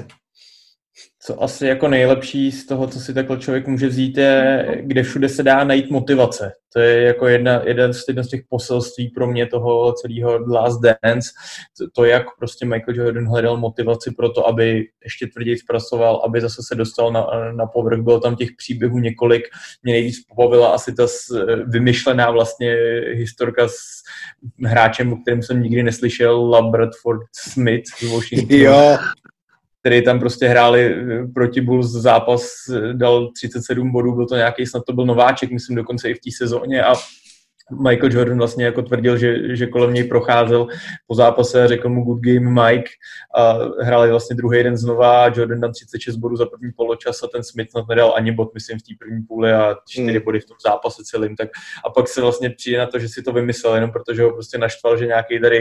co asi jako nejlepší z toho, co si takhle člověk může vzít, je, kde všude se dá najít motivace. To je jako jeden z těch poselství pro mě toho celého Last Dance. To, jak prostě Michael Jordan hledal motivaci pro to, aby ještě tvrději zpracoval, aby zase se dostal na povrch. Bylo tam těch příběhů několik. Mě nejvíc pobavila asi ta vymyšlená vlastně historka s hráčem, o kterém jsem nikdy neslyšel, Labradford Smith z Washingtonu. Jo. Který tam prostě hráli proti Bulls zápas, dal 37 bodů, byl to nějaký, snad to byl nováček, myslím dokonce i v té sezóně a Michael Jordan vlastně jako tvrdil, že kolem něj procházel po zápase a řekl mu good game Mike a hráli vlastně druhý den znova, Jordan dal 36 bodů za první poločas a ten Smith snad nedal ani bod, myslím, v té první půli a 4 body v tom zápase celým, tak a pak se vlastně přijde na to, že si to vymyslel, jenom protože ho prostě naštval, že nějaký tady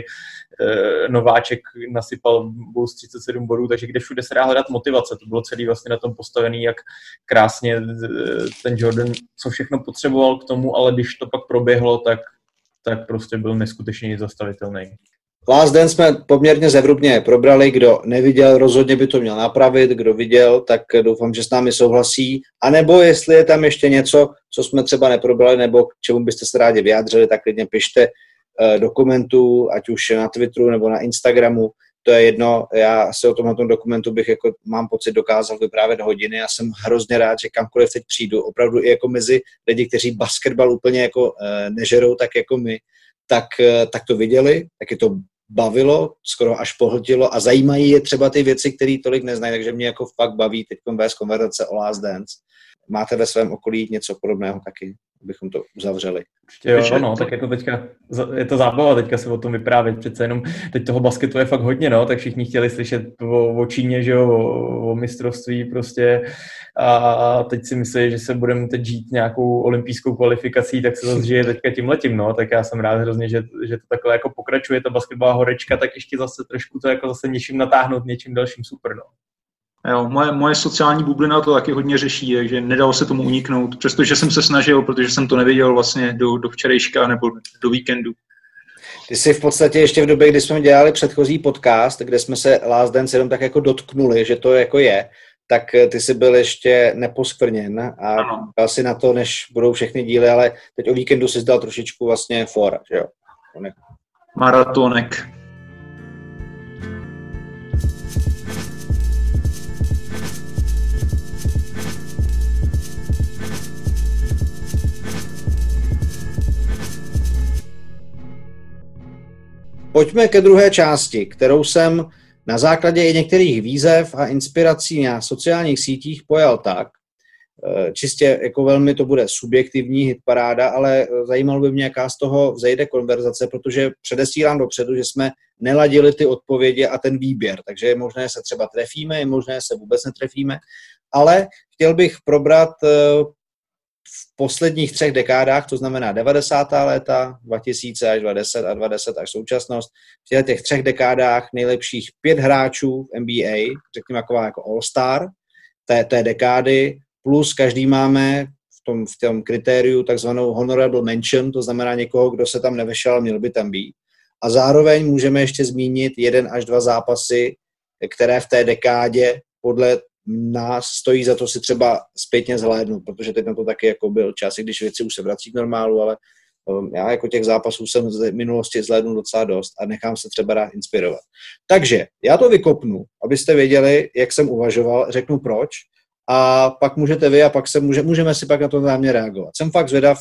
nováček nasypal z 37 bodů, takže kde všude se dá hledat motivace, to bylo celý vlastně na tom postavený, jak krásně ten Jordan, co všechno potřeboval k tomu, ale když to pak proběhlo, tak prostě byl neskutečně nezastavitelný. Last Dance jsme poměrně zevrubně probrali, kdo neviděl, rozhodně by to měl napravit, kdo viděl, tak doufám, že s námi souhlasí. A nebo jestli je tam ještě něco, co jsme třeba neprobrali, nebo k čemu byste se rádi vyjádřili, tak klidně pište do komentů, ať už na Twitteru nebo na Instagramu. To je jedno, já se o tom dokumentu bych, jako mám pocit, dokázal vyprávět hodiny. Já jsem hrozně rád, že kamkoliv teď přijdu, opravdu i jako mezi lidi, kteří basketbal úplně jako nežerou, tak jako my, tak to viděli, tak je to bavilo, skoro až pohltilo a zajímají je třeba ty věci, které tolik neznají, takže mě jako fakt baví teď vést konverzace o Last Dance. Máte ve svém okolí něco podobného taky, abychom to uzavřeli? Jo, no, tak jako teďka, je to zábava teďka se o tom vyprávět, přece jenom teď toho basketu je fakt hodně, no, tak všichni chtěli slyšet o Číně, že jo, o mistrovství prostě a teď si myslí, že se budeme teď žít nějakou olympijskou kvalifikací, tak se zase žije teďka tímhletím, no, tak já jsem rád hrozně, že to takhle jako pokračuje, ta basketbalová horečka, tak ještě zase trošku to jako zase něčím natáhnout, něčím dalším super, no. Jo, moje sociální bublina to taky hodně řeší, takže nedalo se tomu uniknout, přestože jsem se snažil, protože jsem to neviděl vlastně do včerejška nebo do víkendu. Ty jsi v podstatě ještě v době, kdy jsme dělali předchozí podcast, kde jsme se Last Dance jenom tak jako dotknuli, že to jako je, tak ty jsi byl ještě neposkvrněn a dal si na to, než budou všechny díly, ale teď o víkendu jsi dal trošičku vlastně fora, že jo? Maratonek. Pojďme ke druhé části, kterou jsem na základě i některých výzev a inspirací na sociálních sítích pojal tak, čistě jako velmi to bude subjektivní hitparáda, ale zajímalo by mě, jaká z toho vzejde konverzace, protože předesílám dopředu, že jsme neladili ty odpovědi a ten výběr, takže je možné se třeba trefíme, je možné se vůbec netrefíme, ale chtěl bych probrat v posledních 3 dekádách, to znamená 90. léta, 2000 až 20 a 20 až současnost, v těch 3 dekádách nejlepších 5 hráčů v NBA, řekněme jako all-star té dekády, plus každý máme v tom kritériu takzvanou honorable mention, to znamená někoho, kdo se tam nevešel, měl by tam být. A zároveň můžeme ještě zmínit 1 až 2 zápasy, které v té dekádě podle nás stojí za to si třeba zpětně zhlédnout, protože teď na to taky jako byl čas, i když věci už se vrací k normálu, ale já jako těch zápasů jsem z minulosti zhlédnul docela dost a nechám se třeba rád inspirovat. Takže já to vykopnu, abyste věděli, jak jsem uvažoval, řeknu proč a pak můžete vy a pak můžeme si pak na to vzájemně reagovat. Jsem pak zvědav,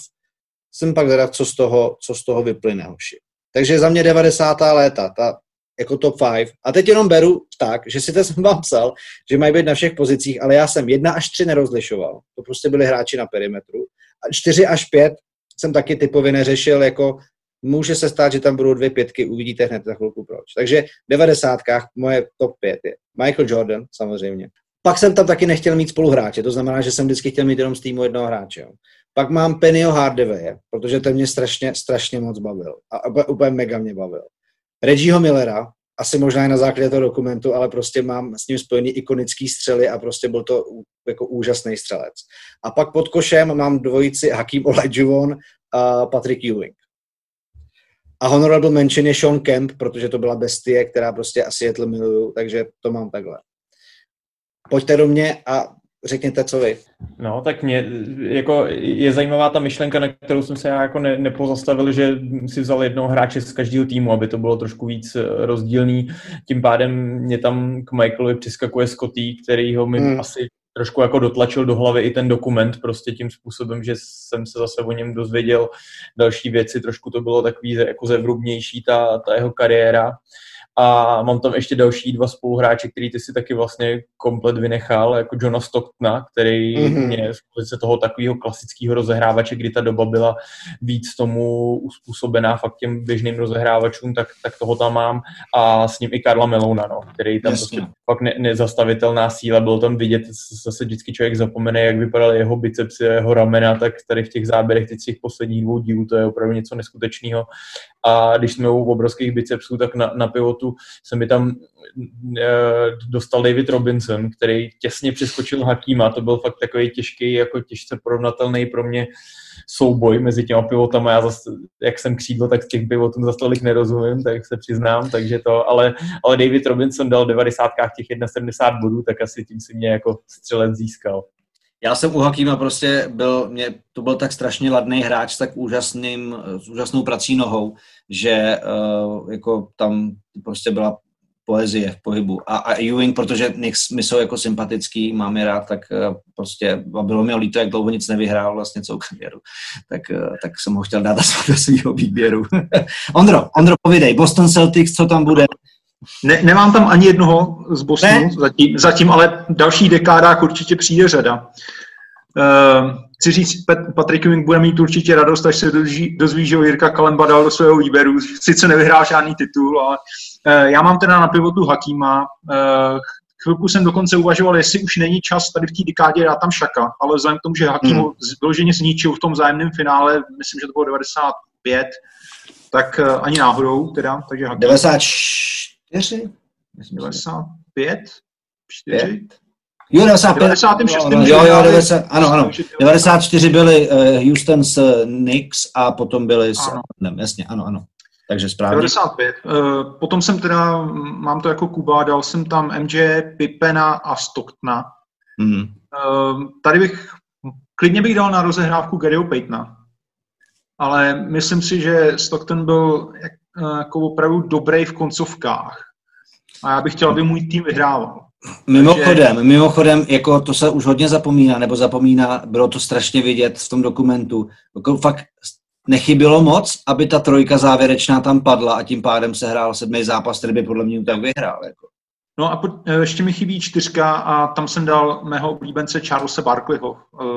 co z toho vyplyne, hoši. Takže za mě 90. léta, jako top 5. A teď jenom beru tak, že si jsem vám psal, že mají být na všech pozicích, ale já jsem 1 až 3 nerozlišoval. To prostě byli hráči na perimetru. A 4 až 5 jsem taky typově neřešil, jako může se stát, že tam budou 2 pětky, uvidíte hned za chvilku proč. Takže v 90. moje top 5 je Michael Jordan, samozřejmě. Pak jsem tam taky nechtěl mít spoluhráče, to znamená, že jsem vždycky chtěl mít jenom z týmu jednoho hráče. Jo. Pak mám Pennyho Hardaway, protože ten mě strašně moc bavil. A úplně mega mě bavil. Reggieho Millera, asi možná i na základě toho dokumentu, ale prostě mám s ním spojený ikonický střely a prostě byl to jako úžasný střelec. A pak pod košem mám dvojici Hakeem Olajuwon a Patrick Ewing. A honorable mention je Sean Kemp, protože to byla bestie, která prostě asi Seattle miluju, takže to mám takhle. Pojďte do mě a řekněte, co vy. No, tak mě jako je zajímavá ta myšlenka, na kterou jsem se jako nepozastavil, že si vzal jednoho hráče z každého týmu, aby to bylo trošku víc rozdílný. Tím pádem mě tam k Michaelovi přiskakuje Scotty, který ho mi asi trošku jako dotlačil do hlavy i ten dokument, prostě tím způsobem, že jsem se zase o něm dozvěděl další věci, trošku to bylo takový jako zevrubnější ta jeho kariéra. A mám tam ještě další 2 spoluhráče, který ty si taky vlastně komplet vynechal, jako Johna Stocktona, který mě z pozice toho takového klasického rozehrávače, kdy ta doba byla víc tomu uspůsobená fakt těm běžným rozehrávačům, tak toho tam mám. A s ním i Karla Melouna, no, který tam prostě fakt nezastavitelná síla, bylo tam vidět, zase vždycky člověk zapomene, jak vypadaly jeho bicepsy, jeho ramena, tak tady v těch záběrech teď z těch posledních 2 dílů to je opravdu něco neskutečného. A když jsme u obrovských bicepsů, tak na pivotu se mi tam dostal David Robinson, který těsně přeskočil Hakima. To byl fakt takový těžký, jako těžce porovnatelný pro mě souboj mezi těma pivotama. Já zase, jak jsem křídlo, tak z těch pivotů zase tolik nerozumím, tak se přiznám, takže to, ale David Robinson dal 90 těch 71 bodů, tak asi tím si mě jako střelec získal. Já jsem u Hakima prostě to byl tak strašně ladný hráč s tak s úžasnou prací nohou, že jako tam prostě byla poezie v pohybu. A Ewing, protože Knicks mi jsou jako sympatický, mám je rád, tak prostě bylo mi líto, jak dlouho nic nevyhrál vlastně celou kariéru. Tak jsem ho chtěl dát do svého výběru. Ondro, povídej, Boston Celtics, co tam bude? Nemám tam ani jednoho z Bostonu zatím, ale v dalších dekádách určitě přijde řada. Chci říct, Patrick Ewing bude mít určitě radost, až se dozví, že Jirka Kalemba dal do svého výběru. Sice nevyhrál žádný titul, ale já mám teda na pivotu Hakima. Chvilku jsem dokonce uvažoval, jestli už není čas tady v té dekádě dát tam Shaka, ale vzhledem k tomu, že Hakim ho vyloženě zničil v tom vzájemném finále, myslím, že to bylo 95, tak ani náhodou teda, takže Hakim. 94? 95? 4? Jo, 95. 96. Ano. 94 byli Houston s Knicks a potom byli s jasně, ano. Takže správně. 95. Potom jsem teda, mám to jako Kuba, dal jsem tam MJ, Pippena a Stocktona. Tady klidně bych dal na rozehrávku Garyho Paytona. Ale myslím si, že Stockton byl jako opravdu dobrý v koncovkách. A já bych chtěl, aby můj tým vyhrával. Mimochodem, jako to se už hodně zapomíná, bylo to strašně vidět v tom dokumentu. Jako fakt nechybilo moc, aby ta trojka závěrečná tam padla a tím pádem se hrál 7. zápas, který by podle mě tak vyhrál. Jako. No a ještě mi chybí 4 a tam jsem dal mého oblíbence Charlesa Barkleyho.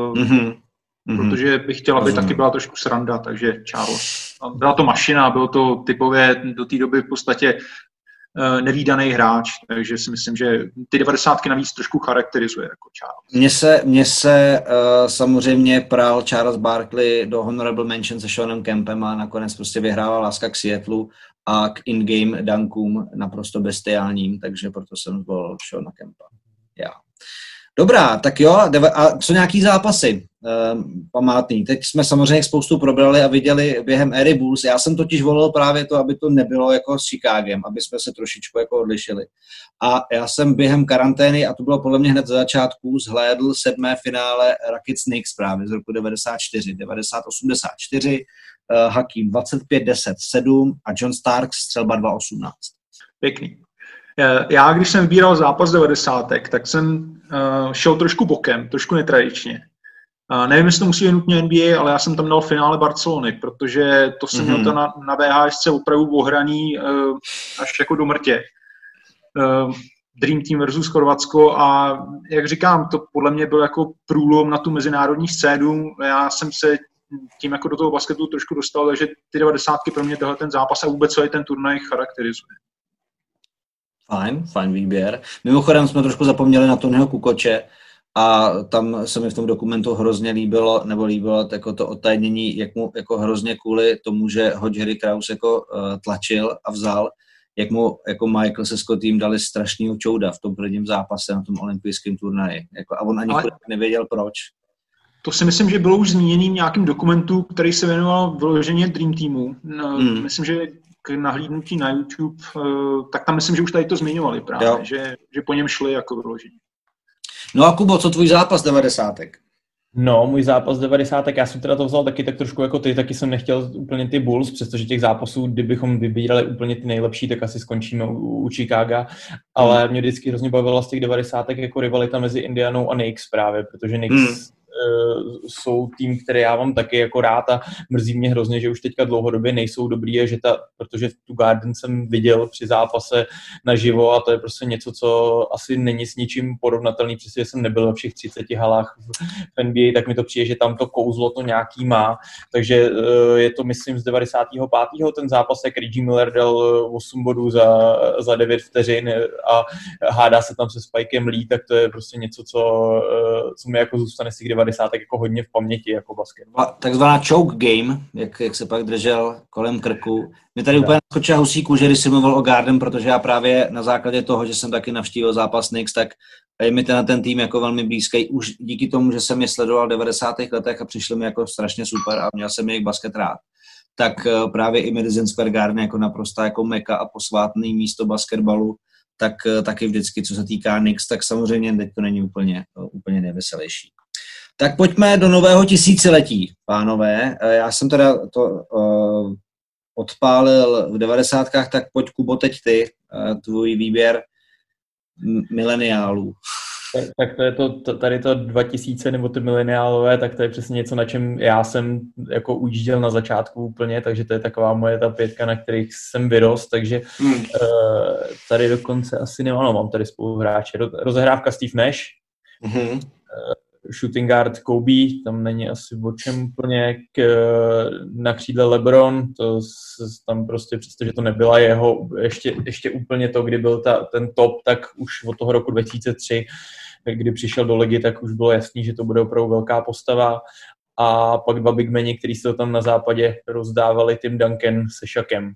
Protože bych chtěl, aby taky byla trošku sranda, takže Charles. Byla to mašina, bylo to typově do té doby v podstatě nevídaný hráč, takže si myslím, že ty 90 navíc trošku charakterizuje jako Charles. Mně se samozřejmě prál Charles Barkley do honorable mention se Seanem Kempem a nakonec prostě vyhrává láska k Seattlu a k in-game dunkům naprosto bestiálním, takže proto jsem zvolil Seana Kempa. Já. Dobrá, tak jo, a co nějaký zápasy památný? Teď jsme samozřejmě spoustu probrali a viděli během éry Bulls. Já jsem totiž volil právě to, aby to nebylo jako s Chicagem, aby jsme se trošičku jako odlišili. A já jsem během karantény, a to bylo podle mě hned za začátku, zhlédl 7. finále Rockets Knicks právě z roku 94, 90-84, Hakim 25-10-7 a John Starks střelba 2-18. Pěkný. Já, když jsem vybíral zápas 90, tak jsem šel trošku bokem, trošku netradičně. Nevím, jestli to musí být nutně NBA, ale já jsem tam dal finále Barcelony, protože to jsem měl na VHSce opravdu ohraný až jako do mrtě. Dream Team versus Chorvatsko a jak říkám, to podle mě byl jako průlom na tu mezinárodní scénu. Já jsem se tím jako do toho basketu trošku dostal, takže ty 90 pro mě tohle ten zápas a vůbec celý ten turnaj charakterizuje. Fajn výběr. Mimochodem jsme trošku zapomněli na Tonyho Kukoče a tam se mi v tom dokumentu hrozně líbilo jako to odtajnění, jak mu jako hrozně kvůli tomu, že ho Jerry Krause jako tlačil a vzal, jak mu jako Michael se Scottým dali strašnýho čouda v tom prvním zápase na tom olympijském turnaji. Jako, a on ani nevěděl proč. To si myslím, že bylo už zmíněný v nějakém dokumentu, který se věnoval vyloženě Dream Teamu. Myslím, že k nahlídnutí na YouTube, tak tam myslím, že už tady to zmiňovali právě, že po něm šli jako vyložení. No a Kubo, co tvůj zápas 90? No, můj zápas 90, já jsem teda to vzal taky tak trošku jako ty, taky jsem nechtěl úplně ty Bulls, přestože těch zápasů, kdybychom vybírali úplně ty nejlepší, tak asi skončíme u Chicaga, ale mě vždycky hrozně bavila z těch 90 jako rivalita mezi Indianou a Knicks právě, protože Knicks jsou tým, který já mám taky jako rád a mrzí mě hrozně, že už teďka dlouhodobě nejsou dobrý, protože tu Garden jsem viděl při zápase naživo a to je prostě něco, co asi není s ničím porovnatelný, přestože jsem nebyl ve všech 30 halách v NBA, tak mi to přijde, že tam to kouzlo to nějaký má, takže je to myslím z 95. ten zápas, jak Reggie Miller dal 8 bodů za 9 vteřin a hádá se tam se Spikem Lee, tak to je prostě něco, co mi jako zůstane z těch 90 jako hodně v paměti jako basket. Takzvaná choke game, jak se pak držel kolem krku. Mě tady úplně naskočila husí kůže, když jsi mluvil o Garden, protože já právě na základě toho, že jsem taky navštívil zápas Knicks, tak je mi ten tým jako velmi blízký. Už díky tomu, že jsem je sledoval v 90. letech a přišli mi jako strašně super a měl jsem jejich basket rád. Tak právě i Madison Square Garden jako naprosto jako meka a posvátný místo basketbalu, tak taky vždycky, co se týká Knicks, tak samozřejmě teď to není úplně nejveselější. Tak pojďme do nového tisíciletí, pánové. Já jsem teda to odpálil v 90kách, tak pojď, Kubo, teď ty, tvůj výběr mileniálů. Tak to je tady to 2000 nebo ty mileniálové, tak to je přesně něco, na čem já jsem jako ujížděl na začátku úplně, takže to je taková moje ta 5, na kterých jsem vyrost, takže tady dokonce asi nemám, mám tady spoluhráče. Rozehrávka Steve Nash, shooting guard Kobe, tam není asi o čem úplně, na křídle LeBron, to tam prostě přestože to nebyla jeho ještě úplně to, kdy byl ten top, tak už od toho roku 2003, kdy přišel do ligy, tak už bylo jasný, že to bude opravdu velká postava. A pak 2 bigmeni, kteří se to tam na západě rozdávali, Tim Duncan se Shaquem.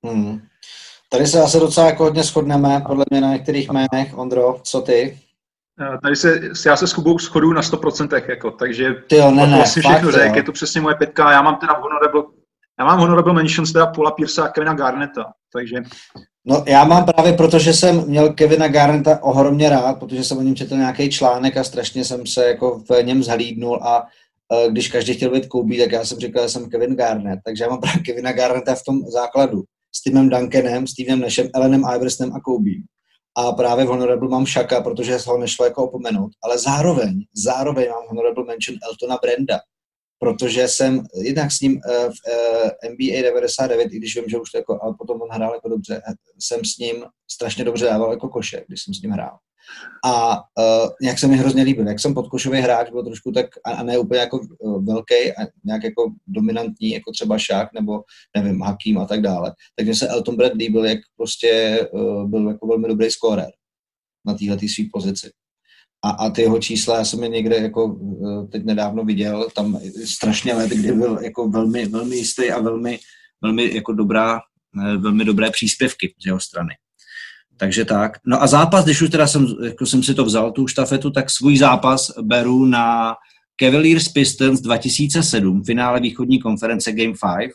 Tady se asi docela jako hodně shodneme, podle mě na některých jménech. Ondro, co ty? Tady já se s Kubou shoduju na 100%, jako, takže vlastně všechno řekl, je to přesně moje 5. Já mám teda honorable mentions teda Paula Pierce a Kevina Garnetta, takže... No já mám právě, protože jsem měl Kevina Garnetta ohromně rád, protože jsem o něm četl nějaký článek a strašně jsem se jako v něm zhlídnul a když každý chtěl být Kobe, tak já jsem říkal, že jsem Kevin Garnett, takže já mám právě Kevina Garnetta v tom základu s Timem Duncanem, Stevem Nashem, Allenem Iversonem a Kobe. A právě v honorable mám Shaka, protože ho nešlo jako opomenout, ale zároveň mám honorable mention Eltona Branda, protože jsem jednak s ním v NBA 99, i když vím, že už to jako, ale potom on hrál jako dobře, jsem s ním strašně dobře dával jako koše, když jsem s ním hrál. A nějak se mi hrozně líbil, jak jsem podkošový hráč, byl trošku tak, a ne úplně jako velký a nějak jako dominantní, jako třeba Shaq nebo nevím, Hakim a tak dále. Takže se Elton Brand líbil, jak prostě byl jako velmi dobrý scorer na této své pozici. A ty jeho čísla, já jsem je někde jako teď nedávno viděl, tam strašně let, kdy byl jako velmi, velmi jistý a velmi jako velmi dobré příspěvky z jeho strany. Takže tak. No a zápas, když už teda jsem si to vzal, tu štafetu, tak svůj zápas beru na Cavaliers Pistons 2007, finále východní konference Game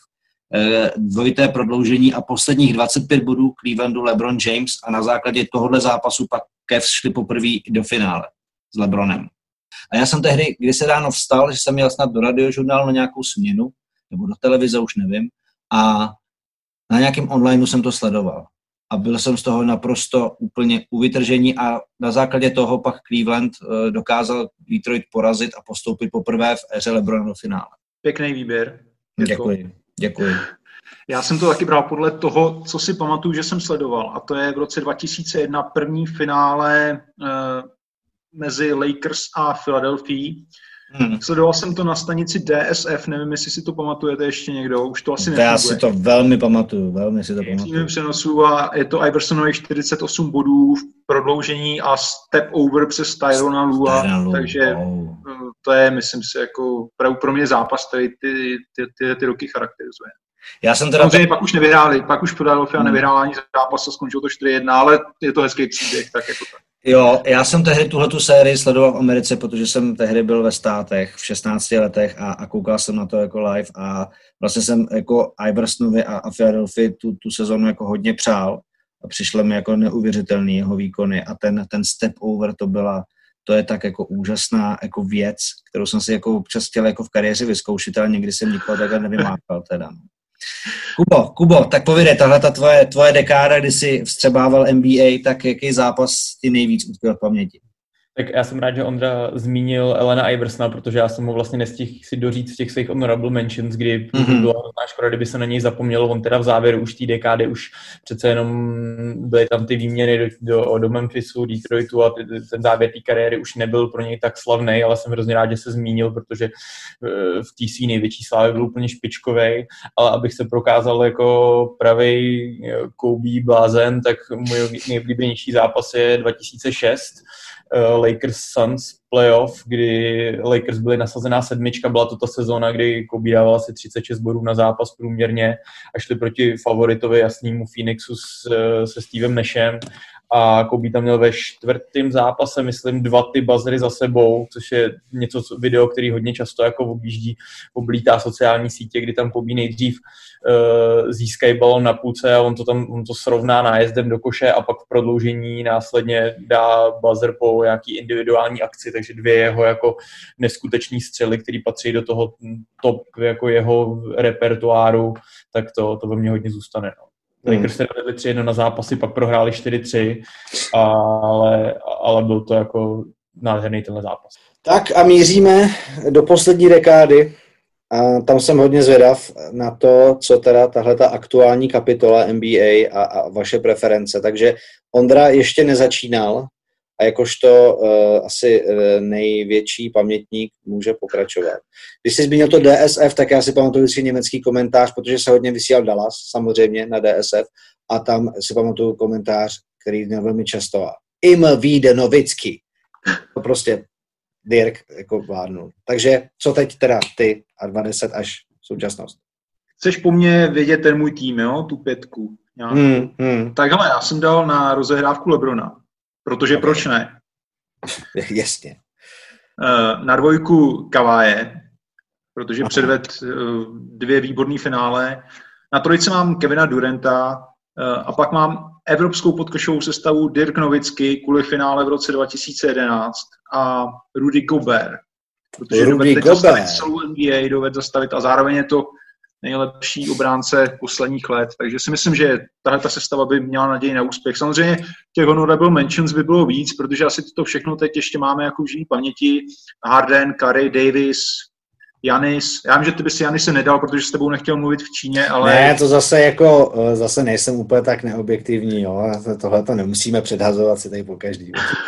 5, dvojité prodloužení a posledních 25 bodů Clevelandu LeBron James a na základě tohohle zápasu pak Cavs šli poprvé do finále s LeBronem. A já jsem tehdy, když se ráno vstal, že jsem měl snad do radiožurnálu na nějakou směnu, nebo do televize, už nevím, a na nějakém onlineu jsem to sledoval. A byl jsem z toho naprosto úplně u vytržení a na základě toho pak Cleveland dokázal Detroit porazit a postoupit poprvé v éře LeBrona do finále. Pěkný výběr. Děkuji. Já jsem to taky bral podle toho, co si pamatuju, že jsem sledoval. A to je v roce 2001 první finále mezi Lakers a Philadelphia. Sledoval jsem to na stanici DSF, nevím, jestli si to pamatujete ještě někdo, už to asi nefunguje. Já si to velmi pamatuju, velmi si to pamatuju. Přímým přenosu a je to Iversonových 48 bodů v prodloužení a step over přes Tyrona Lua, takže to je, myslím si, jako pro mě zápas, který ty roky charakterizuje. Já jsem teda... Samozřejmě pak už nevyhráli, pak už Philadelphia nevyhrála ani zápas a skončilo to 4-1, ale je to hezký příběh, tak jako tak. Jo, já jsem tehdy tuhletu sérii sledoval v Americe, protože jsem tehdy byl ve státech v 16 letech a koukal jsem na to jako live a vlastně jsem jako Iversonovi a Philadelphia tu sezonu jako hodně přál a přišlo mi jako neuvěřitelný jeho výkony a ten step over to je tak jako úžasná jako věc, kterou jsem si jako občas chtěl jako v kariéře vyzkoušet, ale nikdy jsem nikoho takhle nevymákal teda. Kubo, tak povídej, tahle ta tvoje dekáda, kdy jsi vstřebával NBA, tak jaký zápas ti nejvíc utkvěl v paměti? Tak já jsem rád, že Ondra zmínil Elena Iversona, protože já jsem mu vlastně nestihl si doříct v těch svých honorable mentions, kdy byla hrozná škoda, kdyby se na něj zapomnělo. On teda v závěru už té dekády už přece jenom byly tam ty výměny do Memphisu, Detroitu a ten závěr té kariéry už nebyl pro něj tak slavný, ale jsem hrozně rád, že se zmínil, protože v té svý největší slávě byl úplně špičkovej, ale abych se prokázal jako pravej Kobe blázen, tak můj nejoblíbenější zápas je 2006, Lakers Suns playoff, kdy Lakers byly nasazená 7, byla to ta sezóna, kdy Kobe dával asi 36 bodů na zápas průměrně a šli proti favoritovi jasnému Phoenixu se Stevem Nashem a Kobe tam měl ve 4. zápase, myslím, 2 ty buzzery za sebou, což je něco video, který hodně často jako oblítá sociální sítě, kdy tam Kobe nejdřív získají balon na půlce a on to srovná nájezdem do koše a pak v prodloužení následně dá buzzer po nějaký individuální akci, takže 2 jeho jako neskutečný střely, který patří do toho top jako jeho repertoáru, tak to ve mně hodně zůstane. No. Lakers se dovedli 3-1 na zápasy, pak prohráli 4-3, ale byl to jako nádherný tenhle zápas. Tak a míříme do poslední dekády. A tam jsem hodně zvědav na to, co teda tahleta aktuální kapitola NBA a vaše preference. Takže Ondra ještě nezačínal a jakožto asi největší pamětník může pokračovat. Když jsi zmínil to DSF, tak já si pamatuju vždycky německý komentář, protože se hodně vysílal Dallas, samozřejmě na DSF, a tam si pamatuju komentář, který měl velmi často. Immer wieder Nowitzki. To prostě Dirk jako vládnul. Takže co teď teda ty a 20 až současnost? Chceš po mně vědět ten můj tým, jo? Tu 5. Tak hele, já jsem dal na rozehrávku LeBrona. Protože proč ne? Jasně. Na 2 Kawhie, protože předved 2 výborný finále. Na 3 mám Kevina Duranta a pak mám evropskou podkošovou sestavu Dirk Nowitzki kvůli finále v roce 2011 a Rudy Gobert. Protože dovedl zastavit celou NBA, dovedl zastavit a zároveň je to nejlepší obránce posledních let. Takže si myslím, že tahle sestava by měla naději na úspěch. Samozřejmě těch honorable mentions by bylo víc, protože asi to všechno teď ještě máme jako v živý paměti. Harden, Curry, Davis, Giannis. Já vím, že ty bys Giannise nedal, protože s tebou nechtěl mluvit v Číně, ale... Ne, to zase nejsem úplně tak neobjektivní, jo. Tohle to nemusíme předhazovat si tady po každý.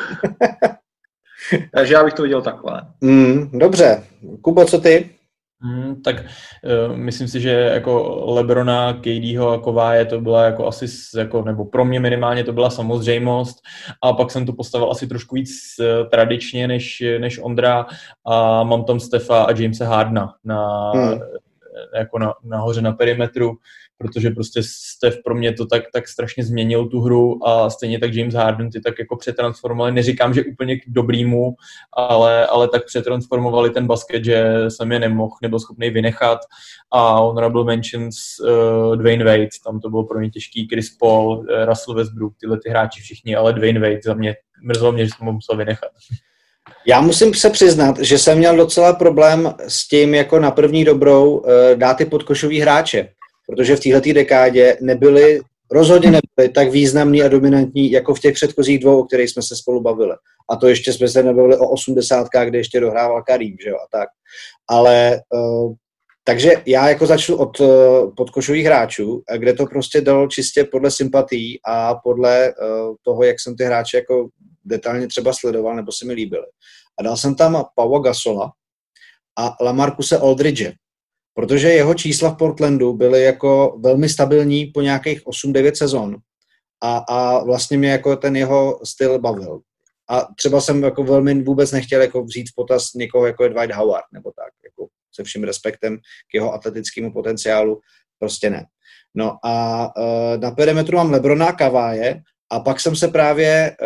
Takže já bych to viděl takhle. Dobře. Kubo, co ty? Tak myslím si, že jako LeBrona, KDho a Kawhie to byla jako asi, jako, nebo pro mě minimálně to byla samozřejmost a pak jsem to postavil asi trošku víc tradičně než Ondra a mám tam Stefa a Jamesa Hardena jako nahoře na perimetru, protože prostě Steph pro mě to tak strašně změnil tu hru a stejně tak James Harden ty tak jako přetransformovali. Neříkám, že úplně k dobrýmu, ale tak přetransformovali ten basket, že jsem je nebyl schopný vynechat a honorable mentions Dwayne Wade, tam to bylo pro mě těžký, Chris Paul, Russell Westbrook, tyhle ty hráči všichni, ale Dwayne Wade za mě, mrzelo mě, že jsem ho musel vynechat. Já musím se přiznat, že jsem měl docela problém s tím, jako na první dobrou dát ty podkošový hráče, protože v téhletý dekádě rozhodně nebyli tak významní a dominantní, jako v těch předchozích 2, o kterých jsme se spolu bavili. A to ještě jsme se nebavili o 80, kde ještě dohrával Karim, že jo, a tak. Ale, takže já jako začnu od podkošových hráčů, kde to prostě dalo čistě podle sympatií a podle toho, jak jsem ty hráče jako detailně třeba sledoval, nebo se mi líbily. A dal jsem tam Paula Gasola a LaMarcuse Aldridge, protože jeho čísla v Portlandu byly jako velmi stabilní po nějakých 8-9 sezon a vlastně mě jako ten jeho styl bavil. A třeba jsem jako velmi vůbec nechtěl jako vzít v potaz někoho jako je Dwight Howard, nebo tak, jako se vším respektem k jeho atletickému potenciálu, prostě ne. No a na perimetru mám LeBrona, Kawhie a pak jsem se právě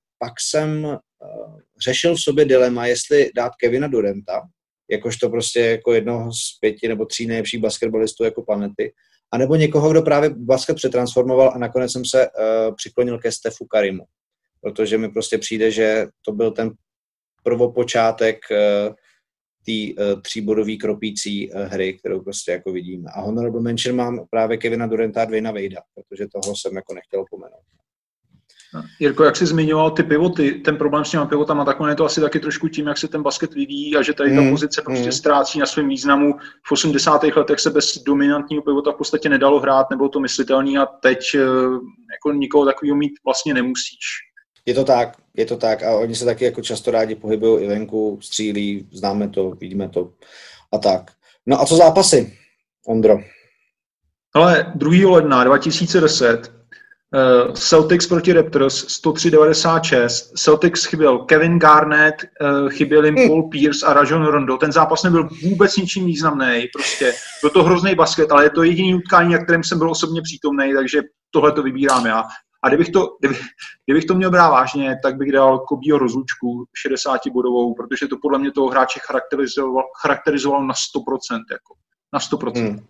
řešil v sobě dilema, jestli dát Kevina Duranta, jakožto prostě jako jednoho z 5 nebo 3 nejlepších basketbalistů jako planety, anebo někoho, kdo právě basket přetransformoval a nakonec jsem se přiklonil ke Stefu Karimu, protože mi prostě přijde, že to byl ten prvopočátek té 3bodové kropící hry, kterou prostě jako vidíme. A honorable mention mám právě Kevina Duranta a Dwayna Wadea, protože toho jsem jako nechtěl pomenout. Jirko, jak jsi zmiňoval ty pivoty, ten problém s těma pivotama, tak on je to asi taky trošku tím, jak se ten basket vyvíjí a že tady ta pozice prostě ztrácí na svém významu. V 80. letech se bez dominantního pivota v podstatě nedalo hrát, nebylo to myslitelný a teď jako nikoho takového mít vlastně nemusíš. Je to tak a oni se taky jako často rádi pohybují i venku, střílí, známe to, vidíme to a tak. No a co zápasy, Ondro? Ale 2. ledna 2010 Celtics proti Raptors 103-96. Celtics chyběl Kevin Garnett, chyběl jim Paul Pierce a Rajon Rondo. Ten zápas nebyl vůbec ničím významný. Prostě byl to hrozný basket, ale je to jediný utkání, na kterém jsem byl osobně přítomný, takže tohle to vybírám já. A kdybych to měl brát vážně, tak bych dal Kobeho rozlučku 60-bodovou, protože to podle mě toho hráče charakterizovalo na 100%. Jako, na 100%.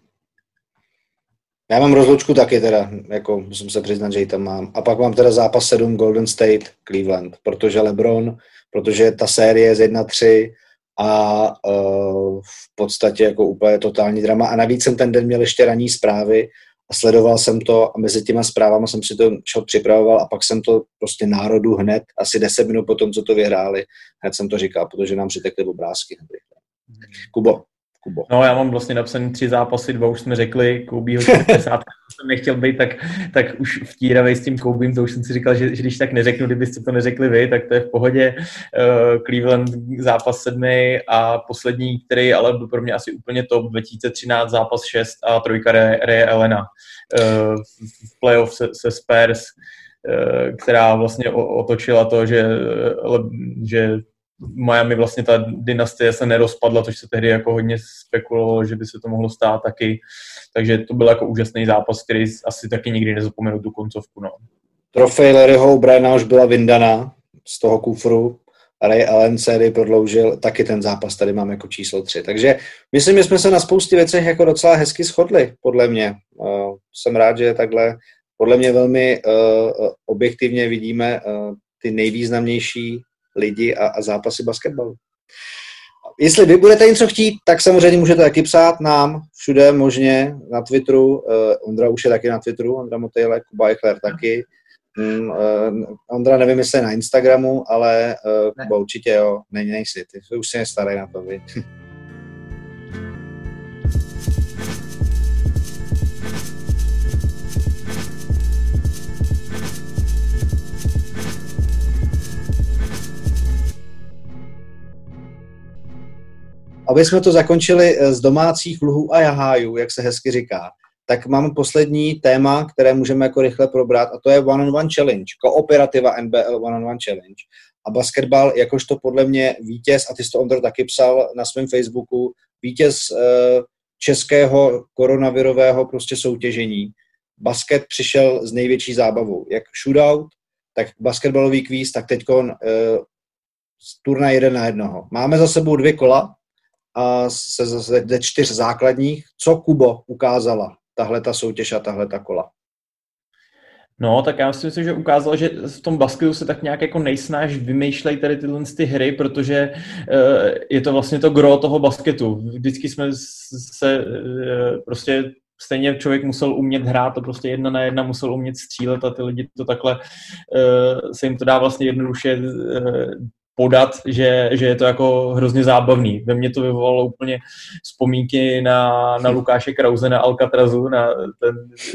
Já mám rozlučku taky teda, jako musím se přiznat, že ji tam mám. A pak mám teda zápas 7 Golden State, Cleveland, protože LeBron, protože ta série z 1-3 a v podstatě jako úplně totální drama. A navíc jsem ten den měl ještě ranní zprávy a sledoval jsem to a mezi těma zprávama jsem si to připravoval a pak jsem to prostě národu hned, asi 10 minut po tom, co to vyhráli, hned jsem to říkal, protože nám přitekly obrázky. Kubo. No, já mám vlastně napsaný 3 zápasy, 2 už jsme řekli, Kobeho 40, jsem nechtěl být, tak už vtíravej s tím Kobem, to už jsem si říkal, že když tak neřeknu, kdybyste to neřekli vy, tak to je v pohodě. Cleveland zápas 7 a poslední, který ale byl pro mě asi úplně top, 2013 zápas 6 a 3 Raye Allena v playoff se Spurs, která vlastně otočila to, že Miami vlastně ta dynastie se nerozpadla, což se tehdy jako hodně spekulovalo, že by se to mohlo stát taky. Takže to byl jako úžasný zápas, který asi taky nikdy nezapomenu tu koncovku. No. Trofej Larryho O'Briena už byla vyndaná z toho kufru. Ray Allen sérii prodloužil, taky ten zápas tady mám jako číslo 3. Takže myslím, že jsme se na spoustě věcech jako docela hezky shodli, podle mě. Jsem rád, že takhle podle mě velmi objektivně vidíme ty nejvýznamnější lidi a zápasy basketbalu. Jestli vy budete něco chtít, tak samozřejmě můžete taky psát nám všude možně na Twitteru. Ondra už je taky na Twitteru, Ondra Motejle, Kuba Eichler taky. Ondra nevím, jestli je na Instagramu, ale Kuba určitě jo, nejsi, ty už si nestarej na to, vy. Aby jsme to zakončili z domácích luhů a jahájů, jak se hezky říká, tak mám poslední téma, které můžeme jako rychle probrat, a to je one-on-one challenge, kooperativa NBL one-on-one challenge. A basketbal, jakožto podle mě vítěz, a ty jsi to, Ondro, taky psal na svém Facebooku, vítěz českého koronavirového prostě soutěžení. Basket přišel s největší zábavou. Jak shootout, tak basketbalový kvíz, tak teďkon turnaj 1-1. Máme za sebou 2 kola, a ze 4 základních. Co, Kubo, ukázala tahle ta soutěž a tahle ta kola? No, tak já si myslím, že ukázalo, že v tom basketu se tak nějak jako nejsnáš vymýšlej tady tyhle ty hry, protože je to vlastně to gro toho basketu. Vždycky jsme se prostě stejně člověk musel umět hrát, to prostě 1-1 musel umět střílet a ty lidi to takhle se jim to dá vlastně jednoduše podat, že je to jako hrozně zábavný. Ve mně to vyvolalo úplně vzpomínky na Lukáše Krause, na Alcatrazu, na ten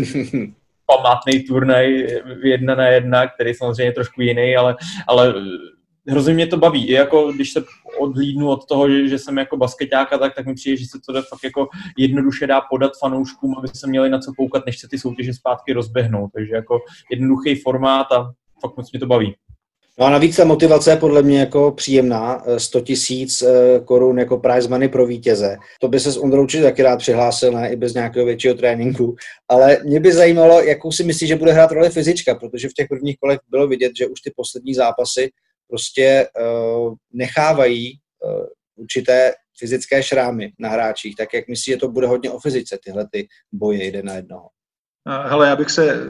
památný turnaj 1-1, který samozřejmě je trošku jiný, ale hrozně mě to baví. I jako když se odhlídnu od toho, že jsem jako baskeťáka, tak mi přijde, že se to fakt jako jednoduše dá podat fanouškům, aby se měli na co koukat, než se ty soutěže zpátky rozběhnou. Takže jako jednoduchý formát a fakt moc mě to baví. No a navíc ta motivace je podle mě jako příjemná, 100 000 korun jako prize money pro vítěze. To by se s Ondrou určitě taky rád přihlásil, ne, i bez nějakého většího tréninku. Ale mě by zajímalo, jakou si myslíš, že bude hrát roli fyzička, protože v těch prvních kolech bylo vidět, že už ty poslední zápasy prostě nechávají určité fyzické šrámy na hráčích. Tak jak myslíš, že to bude hodně o fyzice, tyhle ty boje 1-1? Hele, já bych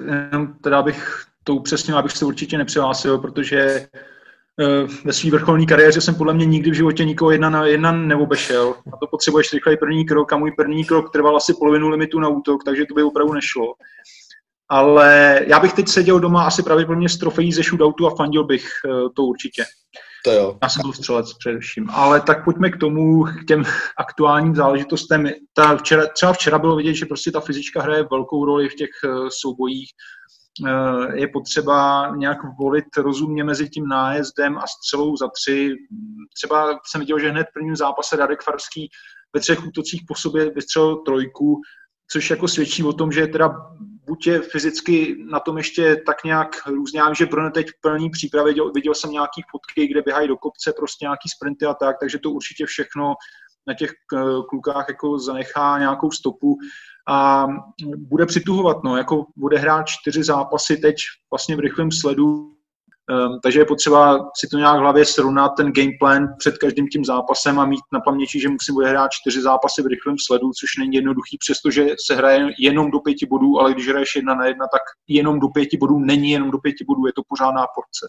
to upřesnil, abych se určitě nepřihlásil, protože ve své vrcholné kariéře jsem podle mě nikdy v životě nikoho 1-1 neobešel. A to potřebuješ rychlej první krok a můj první krok trval asi polovinu limitu na útok, takže to by opravdu nešlo. ale já bych teď seděl doma asi pravděpodobně s trofejí ze shootoutu a fandil bych to určitě. To jo. Já jsem byl střelec především. Ale tak pojďme k tomu, k těm aktuálním záležitostem. Třeba včera bylo vidět, že prostě ta fyzička hraje velkou roli v těch soubojích. Je potřeba nějak volit rozumně mezi tím nájezdem a střelou za 3. Třeba jsem viděl, že hned v prvním zápase Radek Farský ve 3 útocích po sobě vystřelil 3, což jako svědčí o tom, že teda buď je fyzicky na tom ještě tak nějak různě, že Brno teď v plný přípravě, viděl jsem nějaký fotky, kde běhají do kopce, prostě nějaký sprinty a tak, takže to určitě všechno na těch klukách jako zanechá nějakou stopu a bude přituhovat, jako bude hrát 4 zápasy teď vlastně v rychlém sledu, takže je potřeba si to nějak v hlavě srovnat, ten gameplan před každým tím zápasem a mít na paměti, že musím bude hrát 4 zápasy v rychlém sledu, což není jednoduchý, přestože se hraje jenom do 5 bodů, ale když hraješ 1 na 1, tak jenom do 5 bodů není jenom do 5 bodů, je to pořádná porce.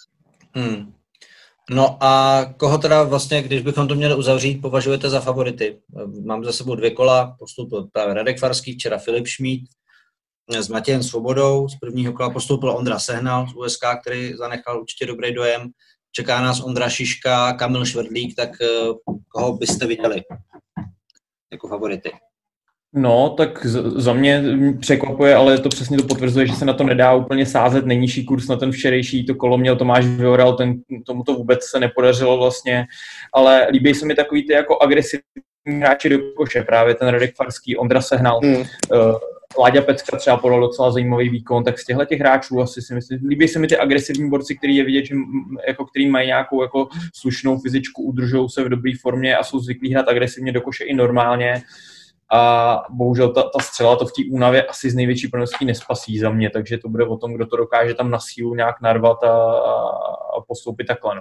No a koho teda vlastně, když bychom to měli uzavřít, považujete za favority? Mám za sebou 2 kola, postoupil právě Radek Farský, včera Filip Šmíd, s Matějem Svobodou, z prvního kola postoupil Ondra Sehnal z USK, který zanechal určitě dobrý dojem. Čeká nás Ondra Šiška, Kamil Švrdlík, tak koho byste viděli jako favority? No, tak za mě překvapuje, ale to přesně to potvrzuje, že se na to nedá úplně sázet. Nejnižší kurz na ten včerejší, to kolo měl Tomáš Vyoral, tomu to vůbec se nepodařilo vlastně, ale líbí se mi takový ty jako agresivní hráči do koše, právě ten Radek Farský, Ondra Sehnal, Láďa Pecka třeba podal docela zajímavý výkon, tak z těchto těch hráčů asi si myslím, líbí se mi ty agresivní borci, který je vidět, že jako který mají nějakou jako slušnou fyzičku, udržují se v dobré formě a jsou zvyklí hrát agresivně do koše i normálně. A bohužel ta střela to v té únavě asi z největší pravděpodobností nespasí za mě, takže to bude o tom, kdo to dokáže tam na sílu nějak narvat a postoupit takhle. No.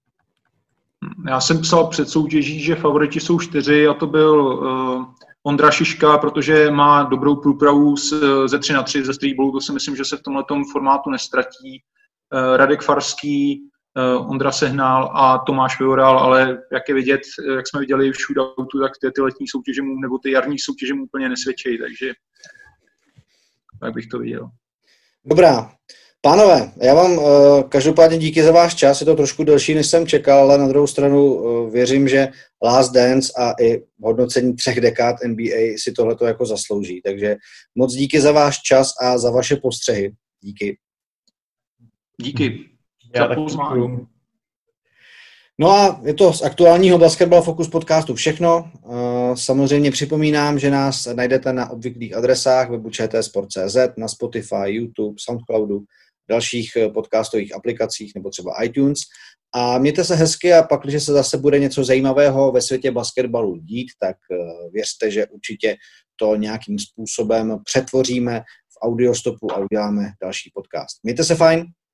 Já jsem psal před soutěží, že favoriti jsou 4 a to byl Ondra Šiška, protože má dobrou průpravu ze 3-3 ze streetballu, to si myslím, že se v tomhletom formátu nestratí. Radek Farský, Ondra Sehnal a Tomáš Vyoral, ale jak je vidět, jak jsme viděli v shootoutu, tak ty letní soutěže mu, nebo ty jarní soutěže mu úplně nesvědčí, takže tak bych to viděl. Dobrá. Pánové, já vám každopádně díky za váš čas, je to trošku delší, než jsem čekal, ale na druhou stranu věřím, že Last Dance a i hodnocení 3 dekád NBA si tohleto jako zaslouží, takže moc díky za váš čas a za vaše postřehy. Díky. Díky. Já tak pozvání. No a je to z aktuálního Basketball Focus podcastu všechno. Samozřejmě připomínám, že nás najdete na obvyklých adresách webu čtsport.cz, na Spotify, YouTube, Soundcloudu, dalších podcastových aplikacích nebo třeba iTunes. A mějte se hezky a pak, když se zase bude něco zajímavého ve světě basketbalu dít, tak věřte, že určitě to nějakým způsobem přetvoříme v audiostopu a uděláme další podcast. Mějte se fajn.